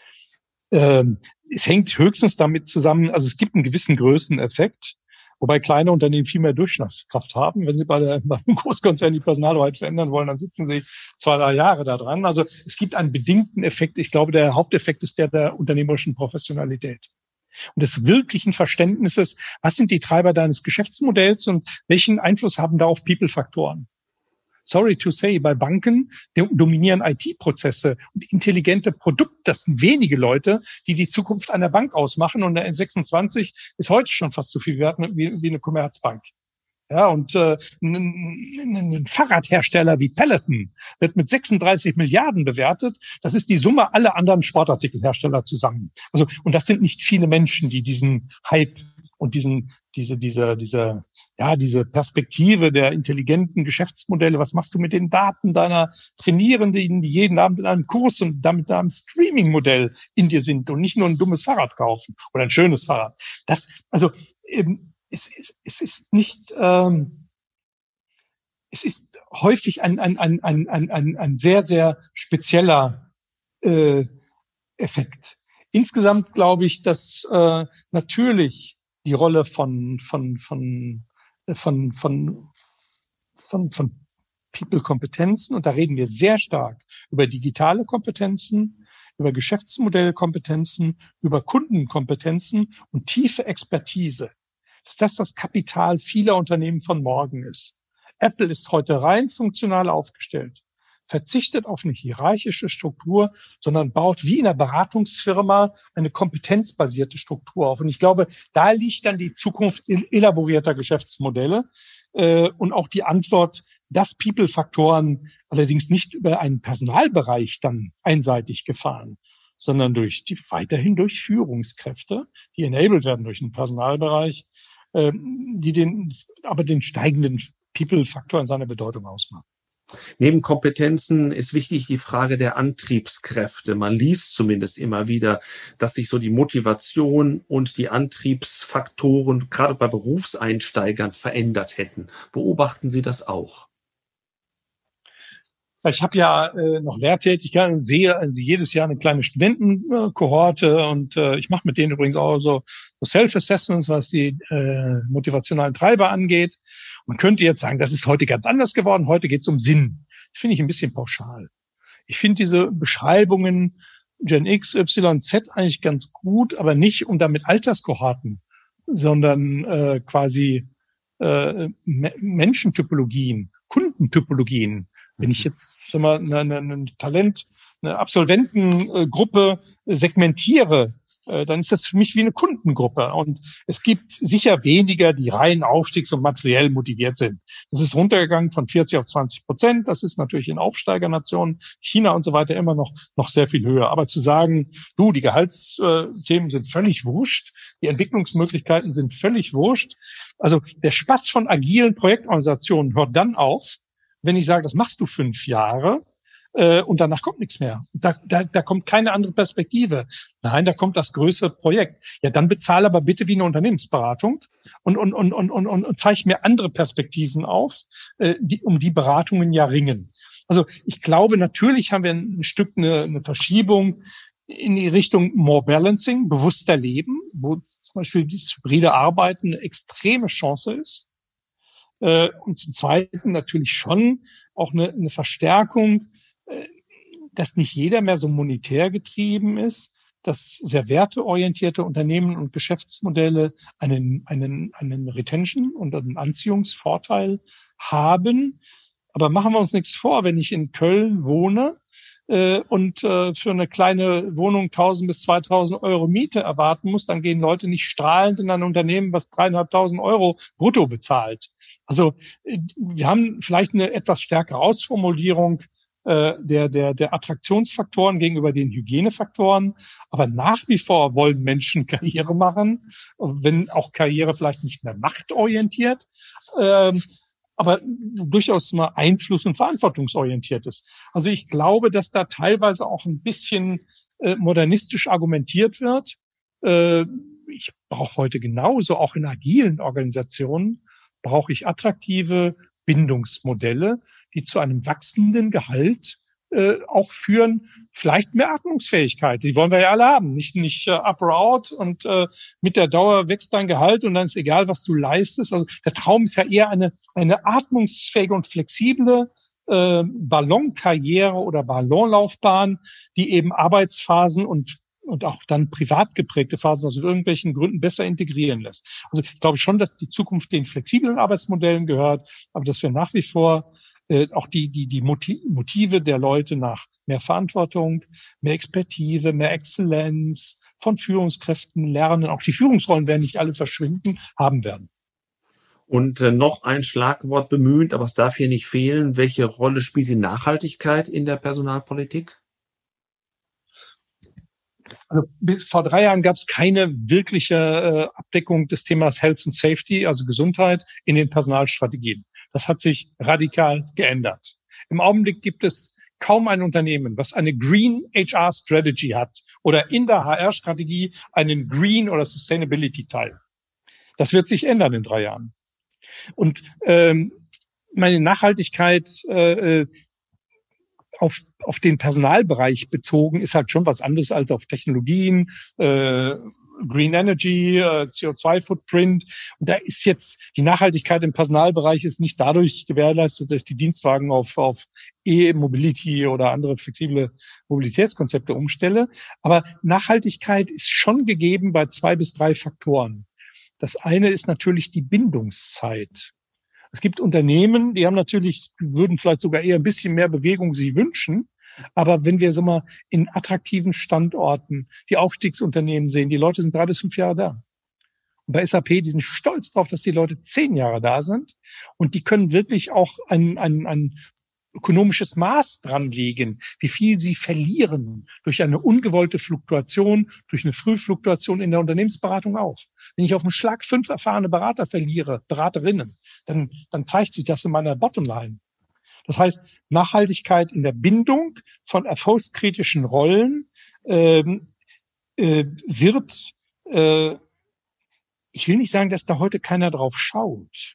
Ähm, es hängt höchstens damit zusammen, also es gibt einen gewissen Größeneffekt, wobei kleine Unternehmen viel mehr Durchschlagskraft haben. Wenn sie bei, der, bei einem Großkonzern die Personalarbeit verändern wollen, dann sitzen sie zwei, drei Jahre da dran. Also es gibt einen bedingten Effekt. Ich glaube, der Haupteffekt ist der der unternehmerischen Professionalität und des wirklichen Verständnisses, was sind die Treiber deines Geschäftsmodells und welchen Einfluss haben da auf People-Faktoren. Sorry to say, bei Banken dominieren I T-Prozesse und intelligente Produkte. Das sind wenige Leute, die die Zukunft einer Bank ausmachen. Und der N sechsundzwanzig ist heute schon fast so viel wert wie, wie eine Commerzbank. Ja, und äh, ein, ein Fahrradhersteller wie Peloton wird mit sechsunddreißig Milliarden bewertet. Das ist die Summe aller anderen Sportartikelhersteller zusammen. Also, und das sind nicht viele Menschen, die diesen Hype und diesen, diese, diese, diese, ja, diese Perspektive der intelligenten Geschäftsmodelle, was machst du mit den Daten deiner Trainierenden, die jeden Abend in einem Kurs und damit einem Streaming-Modell in dir sind und nicht nur ein dummes Fahrrad kaufen oder ein schönes Fahrrad. Das, also, ähm, es ist, es ist nicht, ähm, es ist häufig ein, ein, ein, ein, ein, ein, ein sehr, sehr spezieller äh, Effekt. Insgesamt glaube ich, dass äh, natürlich die Rolle von, von, von von, von, von, von People-Kompetenzen. Und da reden wir sehr stark über digitale Kompetenzen, über Geschäftsmodellkompetenzen, über Kundenkompetenzen und tiefe Expertise. Dass das das Kapital vieler Unternehmen von morgen ist. Apple ist heute rein funktional aufgestellt. verzichtet auf eine hierarchische Struktur, sondern baut wie in einer Beratungsfirma eine kompetenzbasierte Struktur auf. Und ich glaube, da liegt dann die Zukunft elaborierter Geschäftsmodelle äh, und auch die Antwort, dass People-Faktoren allerdings nicht über einen Personalbereich dann einseitig gefahren, sondern durch die weiterhin durch Führungskräfte, die enabled werden durch den Personalbereich, äh, die den aber den steigenden People-Faktor in seiner Bedeutung ausmachen. Neben Kompetenzen ist wichtig die Frage der Antriebskräfte. Man liest zumindest immer wieder, dass sich so die Motivation und die Antriebsfaktoren gerade bei Berufseinsteigern verändert hätten. Beobachten Sie das auch? Ich habe ja äh, noch Lehrtätigkeit und sehe also jedes Jahr eine kleine Studentenkohorte und äh, ich mache mit denen übrigens auch so, so Self-Assessments, was die äh, motivationalen Treiber angeht. Man könnte jetzt sagen, das ist heute ganz anders geworden, heute geht es um Sinn. Das finde ich ein bisschen pauschal. Ich finde diese Beschreibungen Gen X, Y, Z eigentlich ganz gut, aber nicht um damit Alterskohorten, sondern äh, quasi äh, Me- Menschentypologien, Kundentypologien. Wenn ich jetzt sag mal, eine, eine, eine Talent, eine Absolventengruppe segmentiere, äh, dann ist das für mich wie eine Kundengruppe. Und es gibt sicher weniger, die rein aufstiegs- und materiell motiviert sind. Das ist runtergegangen von vierzig auf zwanzig Prozent. Das ist natürlich in Aufsteigernationen, China und so weiter immer noch, noch sehr viel höher. Aber zu sagen, du, die Gehaltsthemen sind völlig wurscht, die Entwicklungsmöglichkeiten sind völlig wurscht. Also der Spaß von agilen Projektorganisationen hört dann auf, wenn ich sage, das machst du fünf Jahre äh, und danach kommt nichts mehr. Da, da, da kommt keine andere Perspektive. Nein, da kommt das größere Projekt. Ja, dann bezahle aber bitte wie eine Unternehmensberatung und und und und und, und zeige mir andere Perspektiven auf, äh, die um die Beratungen ja ringen. Also ich glaube, natürlich haben wir ein Stück eine, eine Verschiebung in die Richtung More Balancing, bewusster Leben, wo zum Beispiel dieses hybride Arbeiten eine extreme Chance ist. Und zum Zweiten natürlich schon auch eine, eine Verstärkung, dass nicht jeder mehr so monetär getrieben ist, dass sehr werteorientierte Unternehmen und Geschäftsmodelle einen, einen, einen Retention und einen Anziehungsvorteil haben. Aber machen wir uns nichts vor, wenn ich in Köln wohne äh, und äh, für eine kleine Wohnung tausend bis zweitausend Euro Miete erwarten muss, dann gehen Leute nicht strahlend in ein Unternehmen, was dreieinhalbtausend Euro brutto bezahlt. Also wir haben vielleicht eine etwas stärkere Ausformulierung äh, der, der, der Attraktionsfaktoren gegenüber den Hygienefaktoren. Aber nach wie vor wollen Menschen Karriere machen, wenn auch Karriere vielleicht nicht mehr machtorientiert, äh, aber durchaus mal einfluss- und verantwortungsorientiert ist. Also ich glaube, dass da teilweise auch ein bisschen äh, modernistisch argumentiert wird. Äh, ich brauche heute genauso, auch in agilen Organisationen, brauche ich attraktive Bindungsmodelle, die zu einem wachsenden Gehalt äh, auch führen, vielleicht mehr Atmungsfähigkeit. Die wollen wir ja alle haben, nicht nicht äh, up or out und äh, mit der Dauer wächst dein Gehalt und dann ist egal, was du leistest. Also der Traum ist ja eher eine eine atmungsfähige und flexible äh, Ballonkarriere oder Ballonlaufbahn, die eben Arbeitsphasen und und auch dann privat geprägte Phasen aus irgendwelchen Gründen besser integrieren lässt. Also ich glaube schon, dass die Zukunft den flexiblen Arbeitsmodellen gehört, aber dass wir nach wie vor äh, auch die die die Motive der Leute nach mehr Verantwortung, mehr Expertise, mehr Exzellenz von Führungskräften lernen, auch die Führungsrollen werden nicht alle verschwinden, haben werden. Und äh, noch ein Schlagwort bemüht, aber es darf hier nicht fehlen. Welche Rolle spielt die Nachhaltigkeit in der Personalpolitik? Also bis vor drei Jahren gab es keine wirkliche äh, Abdeckung des Themas Health and Safety, also Gesundheit, in den Personalstrategien. Das hat sich radikal geändert. Im Augenblick gibt es kaum ein Unternehmen, was eine Green H R Strategy hat oder in der H R-Strategie einen Green oder Sustainability-Teil. Das wird sich ändern in drei Jahren. Und ähm, meine Nachhaltigkeit äh, auf auf den Personalbereich bezogen ist halt schon was anderes als auf Technologien, äh, Green Energy, äh, C O zwei Footprint. Und da ist jetzt die Nachhaltigkeit im Personalbereich ist nicht dadurch gewährleistet, dass ich die Dienstwagen auf auf E-Mobility oder andere flexible Mobilitätskonzepte umstelle. Aber Nachhaltigkeit ist schon gegeben bei zwei bis drei Faktoren. Das eine ist natürlich die Bindungszeit. Es gibt Unternehmen, die haben natürlich, würden vielleicht sogar eher ein bisschen mehr Bewegung sich wünschen. Aber wenn wir so mal in attraktiven Standorten die Aufstiegsunternehmen sehen, die Leute sind drei bis fünf Jahre da. Und bei S A P, die sind stolz drauf, dass die Leute zehn Jahre da sind. Und die können wirklich auch ein, ein, ein ökonomisches Maß dran legen, wie viel sie verlieren durch eine ungewollte Fluktuation, durch eine Frühfluktuation in der Unternehmensberatung auch. Wenn ich auf einen Schlag fünf erfahrene Berater verliere, Beraterinnen, dann, dann zeigt sich das in meiner Bottomline. Das heißt, Nachhaltigkeit in der Bindung von erfolgskritischen Rollen ähm, äh, wird, äh, ich will nicht sagen, dass da heute keiner drauf schaut,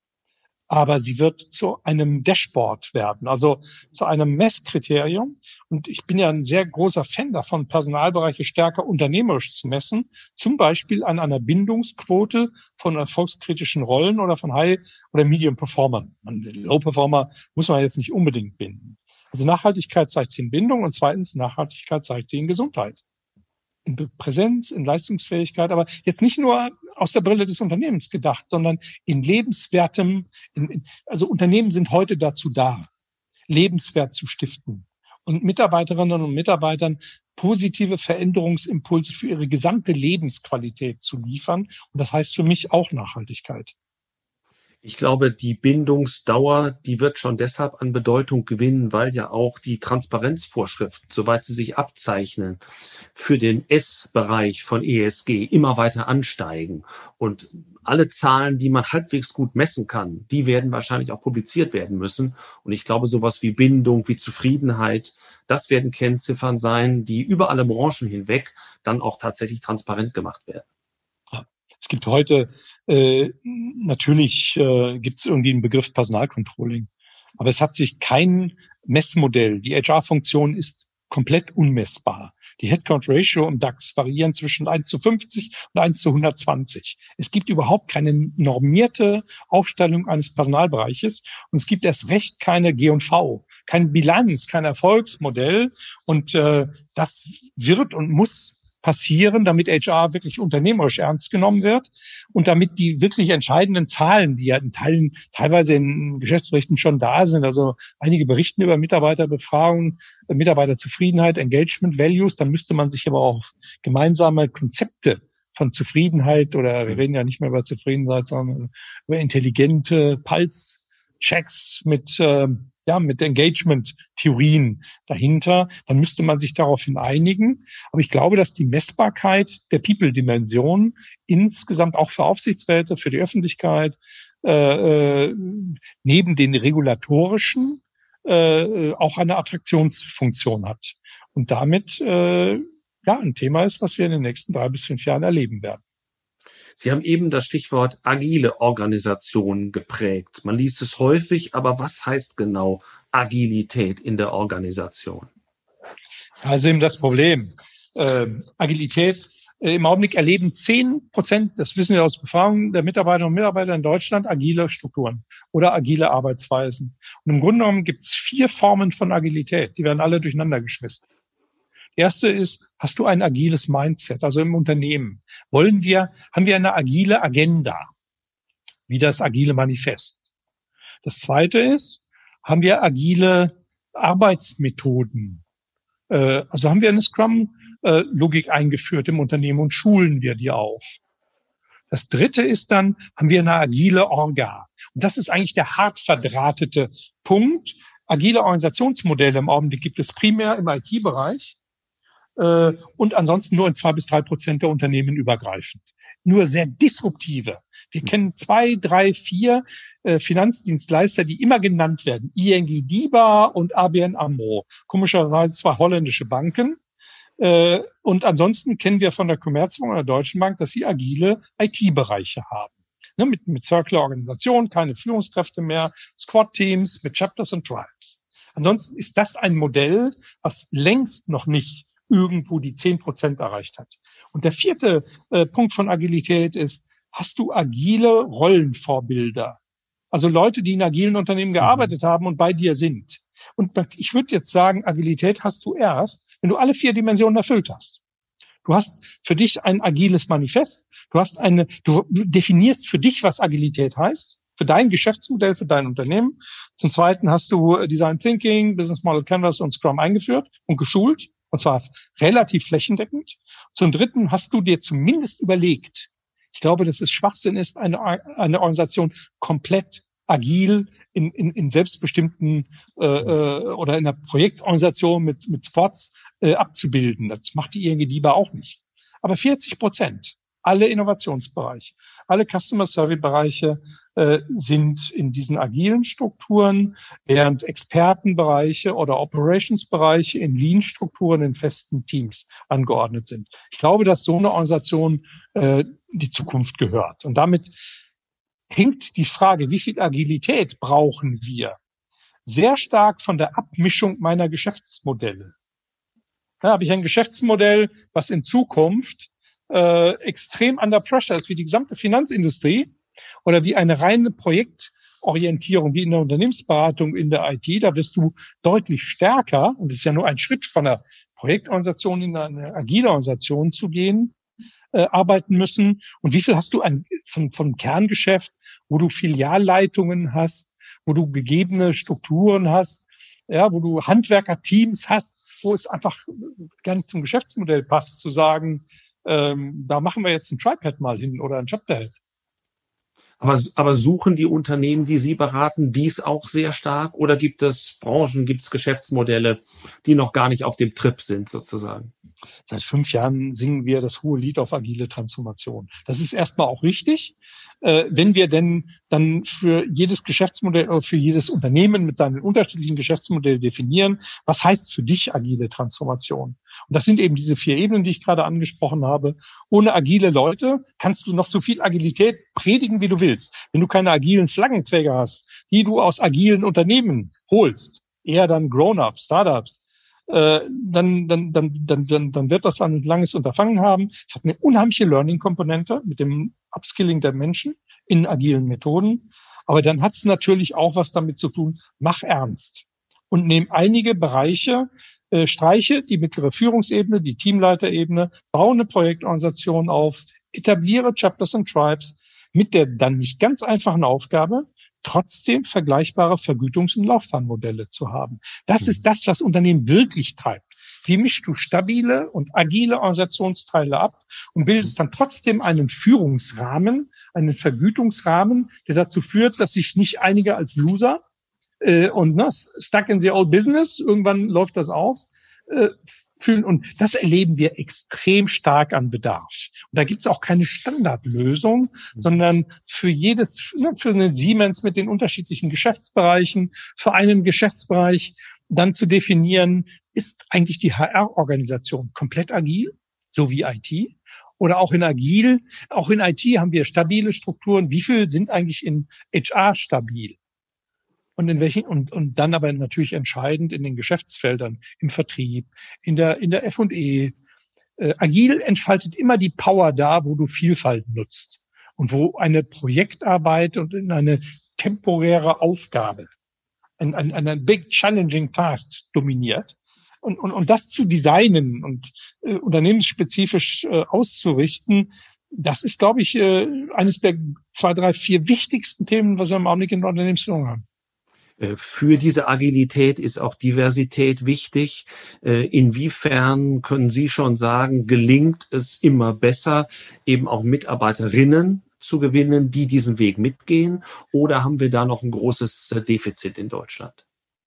aber sie wird zu einem Dashboard werden, also zu einem Messkriterium. Und ich bin ja ein sehr großer Fan davon, Personalbereiche stärker unternehmerisch zu messen, zum Beispiel an einer Bindungsquote von erfolgskritischen Rollen oder von High- oder Medium-Performern. Low-Performer muss man jetzt nicht unbedingt binden. Also Nachhaltigkeit zeigt sie in Bindung und zweitens Nachhaltigkeit zeigt sie in Gesundheit. In Präsenz, in Leistungsfähigkeit, aber jetzt nicht nur aus der Brille des Unternehmens gedacht, sondern in lebenswertem, in, in, also Unternehmen sind heute dazu da, Lebenswert zu stiften und Mitarbeiterinnen und Mitarbeitern positive Veränderungsimpulse für ihre gesamte Lebensqualität zu liefern. Und das heißt für mich auch Nachhaltigkeit. Ich glaube, die Bindungsdauer, die wird schon deshalb an Bedeutung gewinnen, weil ja auch die Transparenzvorschriften, soweit sie sich abzeichnen, für den S-Bereich von E S G immer weiter ansteigen. Und alle Zahlen, die man halbwegs gut messen kann, die werden wahrscheinlich auch publiziert werden müssen. Und ich glaube, sowas wie Bindung, wie Zufriedenheit, das werden Kennziffern sein, die über alle Branchen hinweg dann auch tatsächlich transparent gemacht werden. Es gibt heute, äh, natürlich äh, gibt es irgendwie einen Begriff Personalcontrolling, aber es hat sich kein Messmodell. Die H R-Funktion ist komplett unmessbar. Die Headcount-Ratio im DAX variieren zwischen eins zu fünfzig und eins zu hundertzwanzig. Es gibt überhaupt keine normierte Aufstellung eines Personalbereiches und es gibt erst recht keine G und V, keine Bilanz, kein Erfolgsmodell und äh, das wird und muss passieren, damit H R wirklich unternehmerisch ernst genommen wird und damit die wirklich entscheidenden Zahlen, die ja in Teilen teilweise in Geschäftsberichten schon da sind, also einige berichten über Mitarbeiterbefragungen, Mitarbeiterzufriedenheit, Engagement, Values, dann müsste man sich aber auch gemeinsame Konzepte von Zufriedenheit oder wir reden ja nicht mehr über Zufriedenheit, sondern über intelligente Pulse-Checks mit äh, ja, mit Engagement-Theorien dahinter, dann müsste man sich daraufhin einigen. Aber ich glaube, dass die Messbarkeit der People-Dimension insgesamt auch für Aufsichtsräte, für die Öffentlichkeit, äh, äh, neben den regulatorischen äh, auch eine Attraktionsfunktion hat. Und damit äh, ja ein Thema ist, was wir in den nächsten drei bis fünf Jahren erleben werden. Sie haben eben das Stichwort agile Organisation geprägt. Man liest es häufig, aber was heißt genau Agilität in der Organisation? Also eben das Problem. Äh, Agilität, äh, im Augenblick erleben zehn Prozent, das wissen wir aus Befragungen der Mitarbeiterinnen und Mitarbeiter in Deutschland, agile Strukturen oder agile Arbeitsweisen. Und im Grunde genommen gibt es vier Formen von Agilität, die werden alle durcheinander geschmissen. Erste ist, hast du ein agiles Mindset, also im Unternehmen? Wollen wir, haben wir eine agile Agenda, wie das agile Manifest? Das zweite ist, haben wir agile Arbeitsmethoden? Äh, also haben wir eine Scrum-Logik eingeführt im Unternehmen und schulen wir die auch? Das dritte ist dann, haben wir eine agile Orga? Und das ist eigentlich der hart verdrahtete Punkt. Agile Organisationsmodelle im Augenblick gibt es primär im I T-Bereich. Und ansonsten nur in zwei bis drei Prozent der Unternehmen übergreifend. Nur sehr disruptive. Wir kennen zwei, drei, vier äh, Finanzdienstleister, die immer genannt werden. I N G DIBA und A B N AMRO. Komischerweise zwei holländische Banken. Äh, und ansonsten kennen wir von der Commerzbank oder der Deutschen Bank, dass sie agile I T-Bereiche haben. Ne, mit, mit Circular-Organisation, keine Führungskräfte mehr, Squad-Teams mit Chapters und Tribes. Ansonsten ist das ein Modell, was längst noch nicht irgendwo die zehn Prozent erreicht hat. Und der vierte äh, Punkt von Agilität ist, hast du agile Rollenvorbilder? Also Leute, die in agilen Unternehmen gearbeitet mhm. haben und bei dir sind. Und ich würde jetzt sagen, Agilität hast du erst, wenn du alle vier Dimensionen erfüllt hast. Du hast für dich ein agiles Manifest, du hast eine, du definierst für dich, was Agilität heißt. für dein Geschäftsmodell, für dein Unternehmen. Zum Zweiten hast du Design Thinking, Business Model Canvas und Scrum eingeführt und geschult, und zwar relativ flächendeckend. Zum Dritten hast du dir zumindest überlegt, ich glaube, dass es Schwachsinn ist, eine, eine Organisation komplett agil in, in, in selbstbestimmten äh, oder in einer Projektorganisation mit, mit Squads äh, abzubilden. Das macht die I N G lieber auch nicht. Aber vierzig Prozent, alle Innovationsbereiche, alle Customer Service Bereiche äh, sind in diesen agilen Strukturen, während Expertenbereiche oder Operationsbereiche in Lean-Strukturen in festen Teams angeordnet sind. Ich glaube, dass so eine Organisation äh, die Zukunft gehört. Und damit hängt die Frage, wie viel Agilität brauchen wir, sehr stark von der Abmischung meiner Geschäftsmodelle. Da habe ich ein Geschäftsmodell, was in Zukunft äh, extrem under pressure ist, wie die gesamte Finanzindustrie oder wie eine reine Projektorientierung, wie in der Unternehmensberatung, in der I T. Da wirst du deutlich stärker, und es ist ja nur ein Schritt von einer Projektorganisation in eine agile Organisation zu gehen, äh, arbeiten müssen. Und wie viel hast du an, von, von Kerngeschäft, wo du Filialleitungen hast, wo du gegebene Strukturen hast, ja, wo du Handwerkerteams hast, wo es einfach gar nicht zum Geschäftsmodell passt, zu sagen, ähm, da machen wir jetzt ein TriPad mal hin oder ein Chapterhead. Aber, aber suchen die Unternehmen, die Sie beraten, dies auch sehr stark? Oder gibt es Branchen, gibt es Geschäftsmodelle, die noch gar nicht auf dem Trip sind sozusagen? Seit fünf Jahren singen wir das hohe Lied auf agile Transformation. Das ist erstmal auch richtig. Äh, wenn wir denn dann für jedes Geschäftsmodell oder für jedes Unternehmen mit seinen unterschiedlichen Geschäftsmodellen definieren, was heißt für dich agile Transformation? Und das sind eben diese vier Ebenen, die ich gerade angesprochen habe. Ohne agile Leute kannst du noch so viel Agilität predigen, wie du willst. Wenn du keine agilen Flaggenträger hast, die du aus agilen Unternehmen holst, eher dann Grown-ups, Startups, äh, dann, dann, dann, dann, dann, dann wird das ein langes Unterfangen haben. Es hat eine unheimliche Learning-Komponente mit dem Upskilling der Menschen in agilen Methoden. Aber dann hat es natürlich auch was damit zu tun, mach ernst. Und nimm einige Bereiche, äh, streiche die mittlere Führungsebene, die Teamleiterebene, baue eine Projektorganisation auf, etabliere Chapters and Tribes mit der dann nicht ganz einfachen Aufgabe, trotzdem vergleichbare Vergütungs- und Laufbahnmodelle zu haben. Das ist das, was Unternehmen wirklich treibt. Wie mischst du stabile und agile Organisationsteile ab und bildest dann trotzdem einen Führungsrahmen, einen Vergütungsrahmen, der dazu führt, dass sich nicht einige als Loser äh, und ne, stuck in the old business, irgendwann läuft das aus, äh, fühlen. Und das erleben wir extrem stark an Bedarf. Und da gibt's auch keine Standardlösung, mhm. sondern für jedes, ne, für eine Siemens mit den unterschiedlichen Geschäftsbereichen, für einen Geschäftsbereich dann zu definieren, ist eigentlich die H R-Organisation komplett agil, so wie I T? Oder auch in agil, auch in I T haben wir stabile Strukturen. Wie viel sind eigentlich in H R stabil? Und in welchen, und, und dann aber natürlich entscheidend in den Geschäftsfeldern, im Vertrieb, in der, in der F und E. Äh, agil entfaltet immer die Power da, wo du Vielfalt nutzt und wo eine Projektarbeit und in eine temporäre Aufgabe, ein, ein, ein big challenging task dominiert. Und, und, und das zu designen und äh, unternehmensspezifisch äh, auszurichten, das ist, glaube ich, äh, eines der zwei, drei, vier wichtigsten Themen, was wir im Augenblick in der Unternehmensführung haben. Für diese Agilität ist auch Diversität wichtig. Inwiefern können Sie schon sagen, gelingt es immer besser, eben auch Mitarbeiterinnen zu gewinnen, die diesen Weg mitgehen? Oder haben wir da noch ein großes Defizit in Deutschland?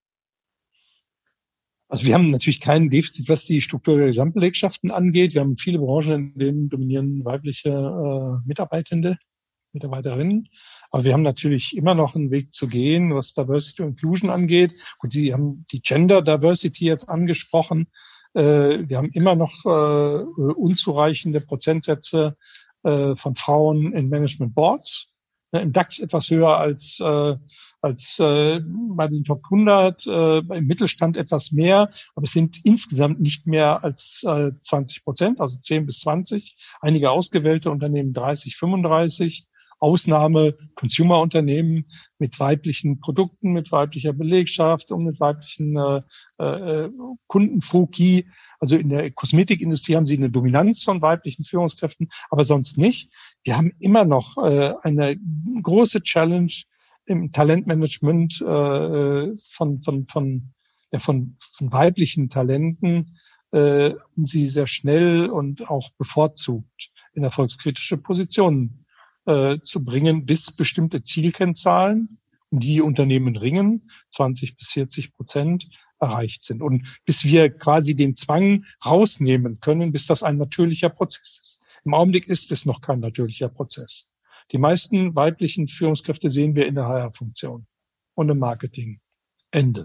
Also wir haben natürlich kein Defizit, was die Struktur der Gesamtbelegschaften angeht. Wir haben viele Branchen, in denen dominieren weibliche äh, Mitarbeitende, Mitarbeiterinnen. Aber wir haben natürlich immer noch einen Weg zu gehen, was Diversity und Inclusion angeht. Und Sie haben die Gender Diversity jetzt angesprochen. Äh, wir haben immer noch äh, unzureichende Prozentsätze äh, von Frauen in Management Boards. Ja, im DAX etwas höher als äh, als äh, bei den Top hundert, äh, im Mittelstand etwas mehr. Aber es sind insgesamt nicht mehr als äh, zwanzig Prozent, also zehn bis zwanzig. Einige ausgewählte Unternehmen dreißig, fünfunddreißig. Ausnahme Consumer-Unternehmen mit weiblichen Produkten, mit weiblicher Belegschaft und mit weiblichen äh, äh, Kundenfoki. Also in der Kosmetikindustrie haben sie eine Dominanz von weiblichen Führungskräften, aber sonst nicht. Wir haben immer noch äh, eine große Challenge, im Talentmanagement äh, von, von, von, ja, von, von weiblichen Talenten, äh, um sie sehr schnell und auch bevorzugt in erfolgskritische Positionen äh, zu bringen, bis bestimmte Zielkennzahlen, um die Unternehmen ringen, zwanzig bis vierzig Prozent erreicht sind. Und bis wir quasi den Zwang rausnehmen können, bis das ein natürlicher Prozess ist. Im Augenblick ist es noch kein natürlicher Prozess. Die meisten weiblichen Führungskräfte sehen wir in der H R-Funktion und im Marketing. Ende.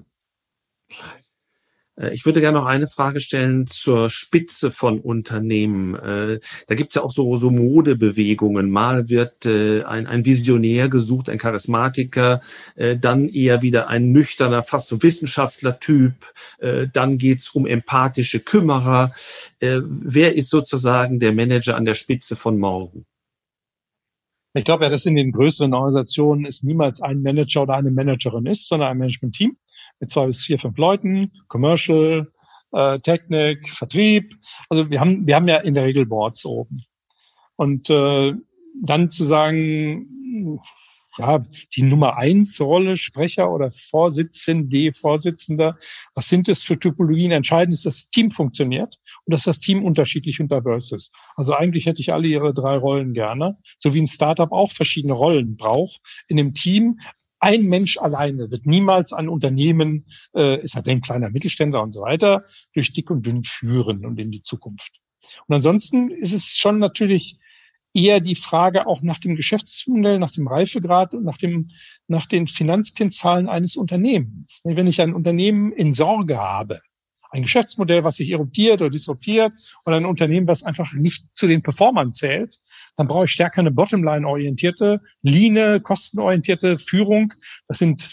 Ich würde gerne noch eine Frage stellen zur Spitze von Unternehmen. Da gibt es ja auch so, so Modebewegungen. Mal wird ein, ein Visionär gesucht, ein Charismatiker, dann eher wieder ein nüchterner, fast so Wissenschaftler-Typ. Dann geht es um empathische Kümmerer. Wer ist sozusagen der Manager an der Spitze von morgen? Ich glaube ja, dass in den größeren Organisationen es niemals ein Manager oder eine Managerin ist, sondern ein Management-Team mit zwei bis vier, fünf Leuten, Commercial, äh, Technik, Vertrieb. Also wir haben wir haben ja in der Regel Boards oben. Und äh, dann zu sagen, ja, die Nummer eins Rolle, Sprecher oder Vorsitzende, Vorsitzender, was sind das für Typologien? Entscheidend ist, dass das Team funktioniert und dass das Team unterschiedlich und diverse ist. Also eigentlich hätte ich alle ihre drei Rollen gerne, so wie ein Startup auch verschiedene Rollen braucht in einem Team. Ein Mensch alleine wird niemals ein Unternehmen, äh, ist halt ein kleiner Mittelständler und so weiter, durch dick und dünn führen und in die Zukunft. Und ansonsten ist es schon natürlich eher die Frage auch nach dem Geschäftsmodell, nach dem Reifegrad und nach dem, nach den Finanzkennzahlen eines Unternehmens. Wenn ich ein Unternehmen in Sorge habe, ein Geschäftsmodell, was sich eruptiert oder disruptiert, oder ein Unternehmen, was einfach nicht zu den Performern zählt, dann brauche ich stärker eine Bottomline-orientierte, leane, kostenorientierte Führung. Das sind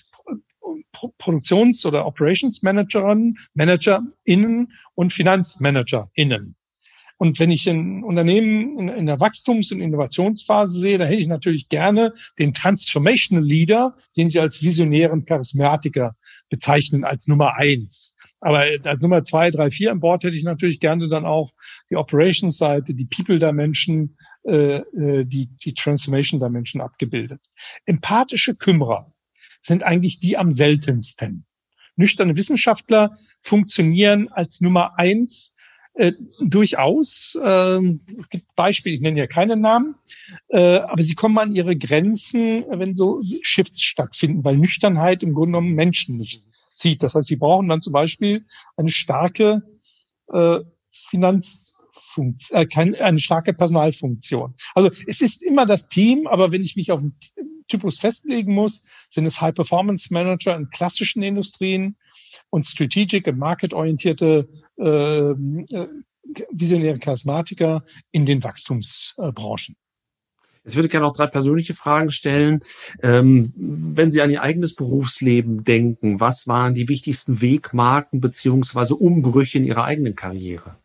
Produktions- oder Operations-Managerinnen, ManagerInnen und FinanzmanagerInnen. Und wenn ich ein Unternehmen in, in der Wachstums- und Innovationsphase sehe, dann hätte ich natürlich gerne den Transformational Leader, den Sie als visionären Charismatiker bezeichnen, als Nummer eins. Aber als Nummer zwei, drei, vier im Board hätte ich natürlich gerne dann auch die Operations-Seite, die People-Dimension, äh, die, die Transformation-Dimension abgebildet. Empathische Kümmerer sind eigentlich die am seltensten. Nüchterne Wissenschaftler funktionieren als Nummer eins Äh, durchaus. Äh, es gibt Beispiele, ich nenne ja keine Namen, äh, aber sie kommen an ihre Grenzen, wenn so Shifts stattfinden, weil Nüchternheit im Grunde genommen Menschen nicht zieht. Das heißt, sie brauchen dann zum Beispiel eine starke äh, Finanzfunktion, äh, keine, eine starke Personalfunktion. Also es ist immer das Team, aber wenn ich mich auf einen Typus festlegen muss, sind es High-Performance-Manager in klassischen Industrien und strategic- und marketorientierte äh, äh, visionäre Charismatiker in den Wachstumsbranchen. Jetzt würde ich gerne noch drei persönliche Fragen stellen. Ähm, wenn Sie an Ihr eigenes Berufsleben denken, was waren die wichtigsten Wegmarken beziehungsweise Umbrüche in Ihrer eigenen Karriere?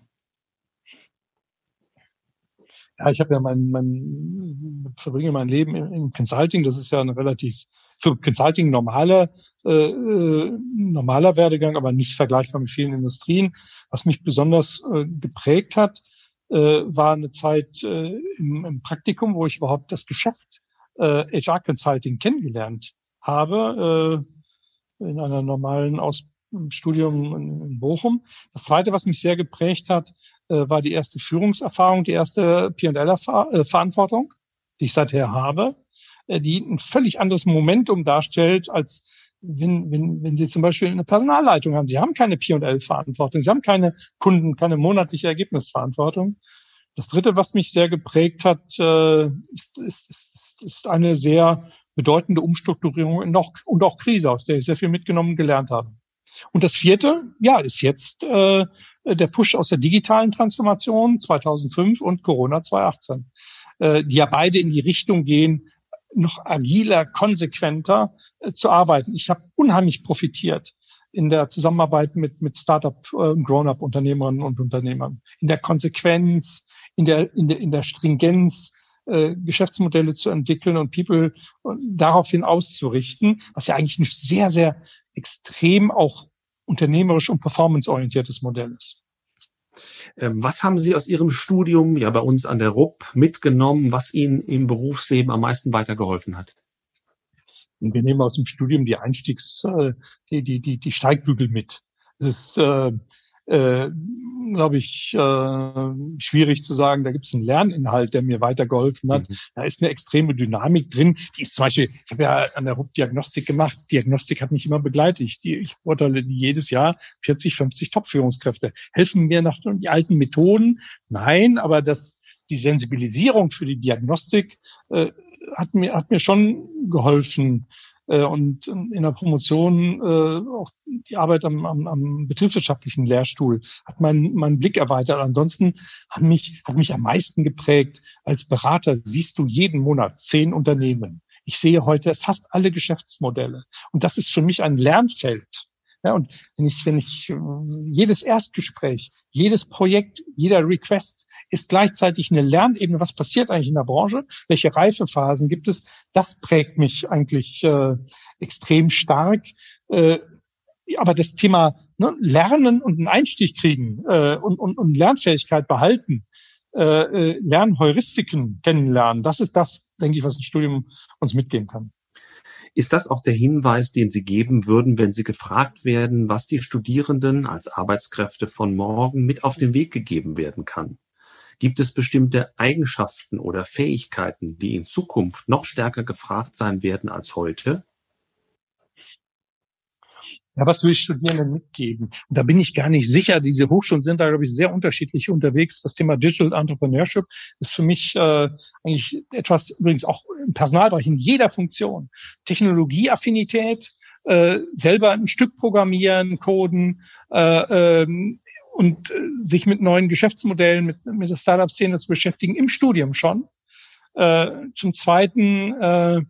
Ja, ich habe ja mein, mein verbringe mein Leben im, im Consulting. Das ist ja ein relativ für Consulting normaler äh, normaler Werdegang, aber nicht vergleichbar mit vielen Industrien. Was mich besonders äh, geprägt hat, äh, war eine Zeit äh, im, im Praktikum, wo ich überhaupt das Geschäft äh, H R Consulting kennengelernt habe, äh, in einer normalen Aus Studium in, in Bochum. Das Zweite, was mich sehr geprägt hat, äh, war die erste Führungserfahrung, die erste P und L-Verantwortung, die ich seither habe, äh, die ein völlig anderes Momentum darstellt, als wenn, wenn, wenn Sie zum Beispiel eine Personalleitung haben. Sie haben keine P und L-Verantwortung, Sie haben keine Kunden, keine monatliche Ergebnisverantwortung. Das Dritte, was mich sehr geprägt hat, äh, ist, ist, ist, ist eine sehr bedeutende Umstrukturierung und auch, und auch Krise, aus der ich sehr viel mitgenommen und gelernt habe. Und das Vierte, ja, ist jetzt äh, der Push aus der digitalen Transformation zweitausendfünf und Corona zweitausendachtzehn, äh, die ja beide in die Richtung gehen, noch agiler, konsequenter äh, zu arbeiten. Ich habe unheimlich profitiert in der Zusammenarbeit mit mit Startup und äh, Grown-up-Unternehmerinnen und Unternehmern, in der Konsequenz, in der in der in der Stringenz, äh, Geschäftsmodelle zu entwickeln und People daraufhin auszurichten, was ja eigentlich ein sehr sehr extrem auch unternehmerisch und performanceorientiertes Modell ist. Was haben Sie aus Ihrem Studium ja bei uns an der R U P mitgenommen, was Ihnen im Berufsleben am meisten weitergeholfen hat? Und wir nehmen aus dem Studium die Einstiegs, äh, die, die, die, die Steigbügel mit. Es ist, äh, äh, glaube ich, äh, schwierig zu sagen, da gibt es einen Lerninhalt, der mir weitergeholfen hat. Mhm. Da ist eine extreme Dynamik drin. Die ist zum Beispiel, ich habe ja an der R U P Diagnostik gemacht. Diagnostik hat mich immer begleitet. Die, ich beurteile jedes Jahr vierzig, fünfzig Top-Führungskräfte. Helfen mir nach die alten Methoden? Nein, aber das, die Sensibilisierung für die Diagnostik äh, hat mir, hat mir schon geholfen. Und in der Promotion äh, auch die Arbeit am, am, am betriebswirtschaftlichen Lehrstuhl hat meinen meinen Blick erweitert. Ansonsten hat mich hat mich am meisten geprägt. Als Berater siehst du jeden Monat zehn Unternehmen. Ich sehe heute fast alle Geschäftsmodelle und das ist für mich ein Lernfeld. Ja, und wenn ich wenn ich jedes Erstgespräch, jedes Projekt, jeder Request ist gleichzeitig eine Lernebene. Was passiert eigentlich in der Branche? Welche Reifephasen gibt es? Das prägt mich eigentlich äh, extrem stark. Äh, aber das Thema ne, Lernen und einen Einstieg kriegen äh, und, und, und Lernfähigkeit behalten, äh, Lernheuristiken kennenlernen, das ist das, denke ich, was ein Studium uns mitgeben kann. Ist das auch der Hinweis, den Sie geben würden, wenn Sie gefragt werden, was die Studierenden als Arbeitskräfte von morgen mit auf den Weg gegeben werden kann? Gibt es bestimmte Eigenschaften oder Fähigkeiten, die in Zukunft noch stärker gefragt sein werden als heute? Ja, was will ich Studierenden mitgeben? Und da bin ich gar nicht sicher. Diese Hochschulen sind da, glaube ich, sehr unterschiedlich unterwegs. Das Thema Digital Entrepreneurship ist für mich äh, eigentlich etwas, übrigens auch im Personalbereich, in jeder Funktion. Technologieaffinität, äh, selber ein Stück programmieren, coden, äh, ähm, und äh, sich mit neuen Geschäftsmodellen, mit, mit der Startup-Szene zu beschäftigen, im Studium schon. Äh, zum Zweiten äh,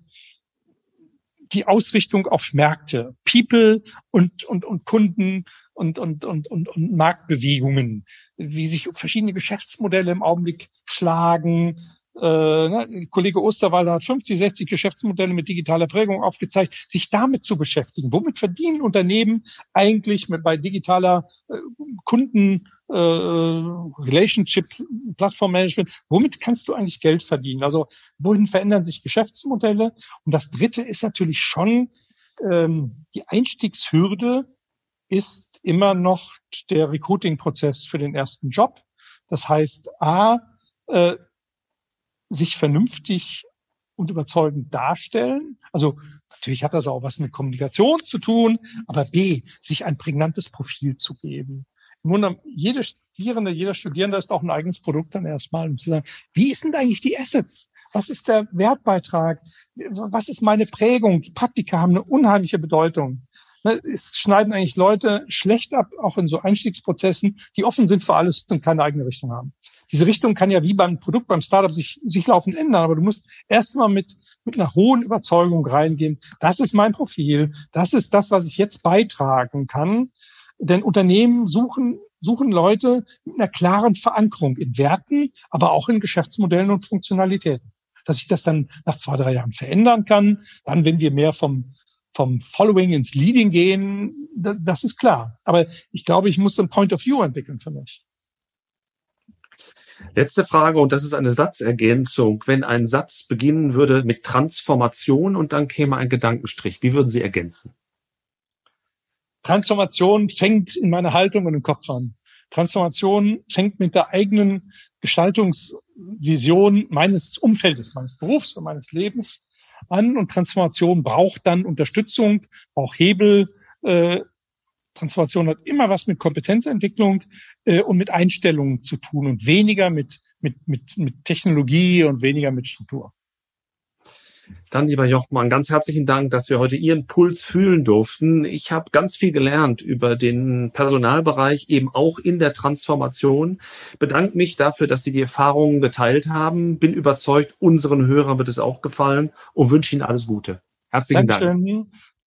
die Ausrichtung auf Märkte, People und und und Kunden und und und und, und Marktbewegungen, wie sich verschiedene Geschäftsmodelle im Augenblick schlagen. Äh, ne, Kollege Osterwalder hat fünfzig, sechzig Geschäftsmodelle mit digitaler Prägung aufgezeigt, sich damit zu beschäftigen. Womit verdienen Unternehmen eigentlich mit bei digitaler äh, Kunden äh, Relationship, Plattformmanagement? Womit kannst du eigentlich Geld verdienen? Also wohin verändern sich Geschäftsmodelle? Und das Dritte ist natürlich schon ähm, die Einstiegshürde ist immer noch der Recruiting-Prozess für den ersten Job. Das heißt, a äh, sich vernünftig und überzeugend darstellen. Also natürlich hat das auch was mit Kommunikation zu tun, aber B, sich ein prägnantes Profil zu geben. Im Grunde, jede Studierende, jeder Studierende ist auch ein eigenes Produkt dann erstmal, um zu sagen, wie ist denn eigentlich die Assets? Was ist der Wertbeitrag? Was ist meine Prägung? Die Praktika haben eine unheimliche Bedeutung. Es schneiden eigentlich Leute schlecht ab, auch in so Einstiegsprozessen, die offen sind für alles und keine eigene Richtung haben. Diese Richtung kann ja wie beim Produkt, beim Startup sich, sich laufend ändern, aber du musst erstmal mit, mit einer hohen Überzeugung reingehen. Das ist mein Profil. Das ist das, was ich jetzt beitragen kann. Denn Unternehmen suchen, suchen Leute mit einer klaren Verankerung in Werten, aber auch in Geschäftsmodellen und Funktionalitäten. Dass ich das dann nach zwei, drei Jahren verändern kann. Dann, wenn wir mehr vom, vom Following ins Leading gehen, das ist klar. Aber ich glaube, ich muss ein Point of View entwickeln für mich. Letzte Frage, und das ist eine Satzergänzung. Wenn ein Satz beginnen würde mit Transformation und dann käme ein Gedankenstrich, wie würden Sie ergänzen? Transformation fängt in meiner Haltung und im Kopf an. Transformation fängt mit der eigenen Gestaltungsvision meines Umfeldes, meines Berufs und meines Lebens an. Und Transformation braucht dann Unterstützung, braucht Hebel. Äh, Transformation hat immer was mit Kompetenzentwicklung äh, und mit Einstellungen zu tun und weniger mit, mit, mit, mit Technologie und weniger mit Struktur. Dann, lieber Jochmann, ganz herzlichen Dank, dass wir heute Ihren Puls fühlen durften. Ich habe ganz viel gelernt über den Personalbereich, eben auch in der Transformation. Bedanke mich dafür, dass Sie die Erfahrungen geteilt haben. Bin überzeugt, unseren Hörern wird es auch gefallen und wünsche Ihnen alles Gute. Herzlichen Dankeschön. Dank.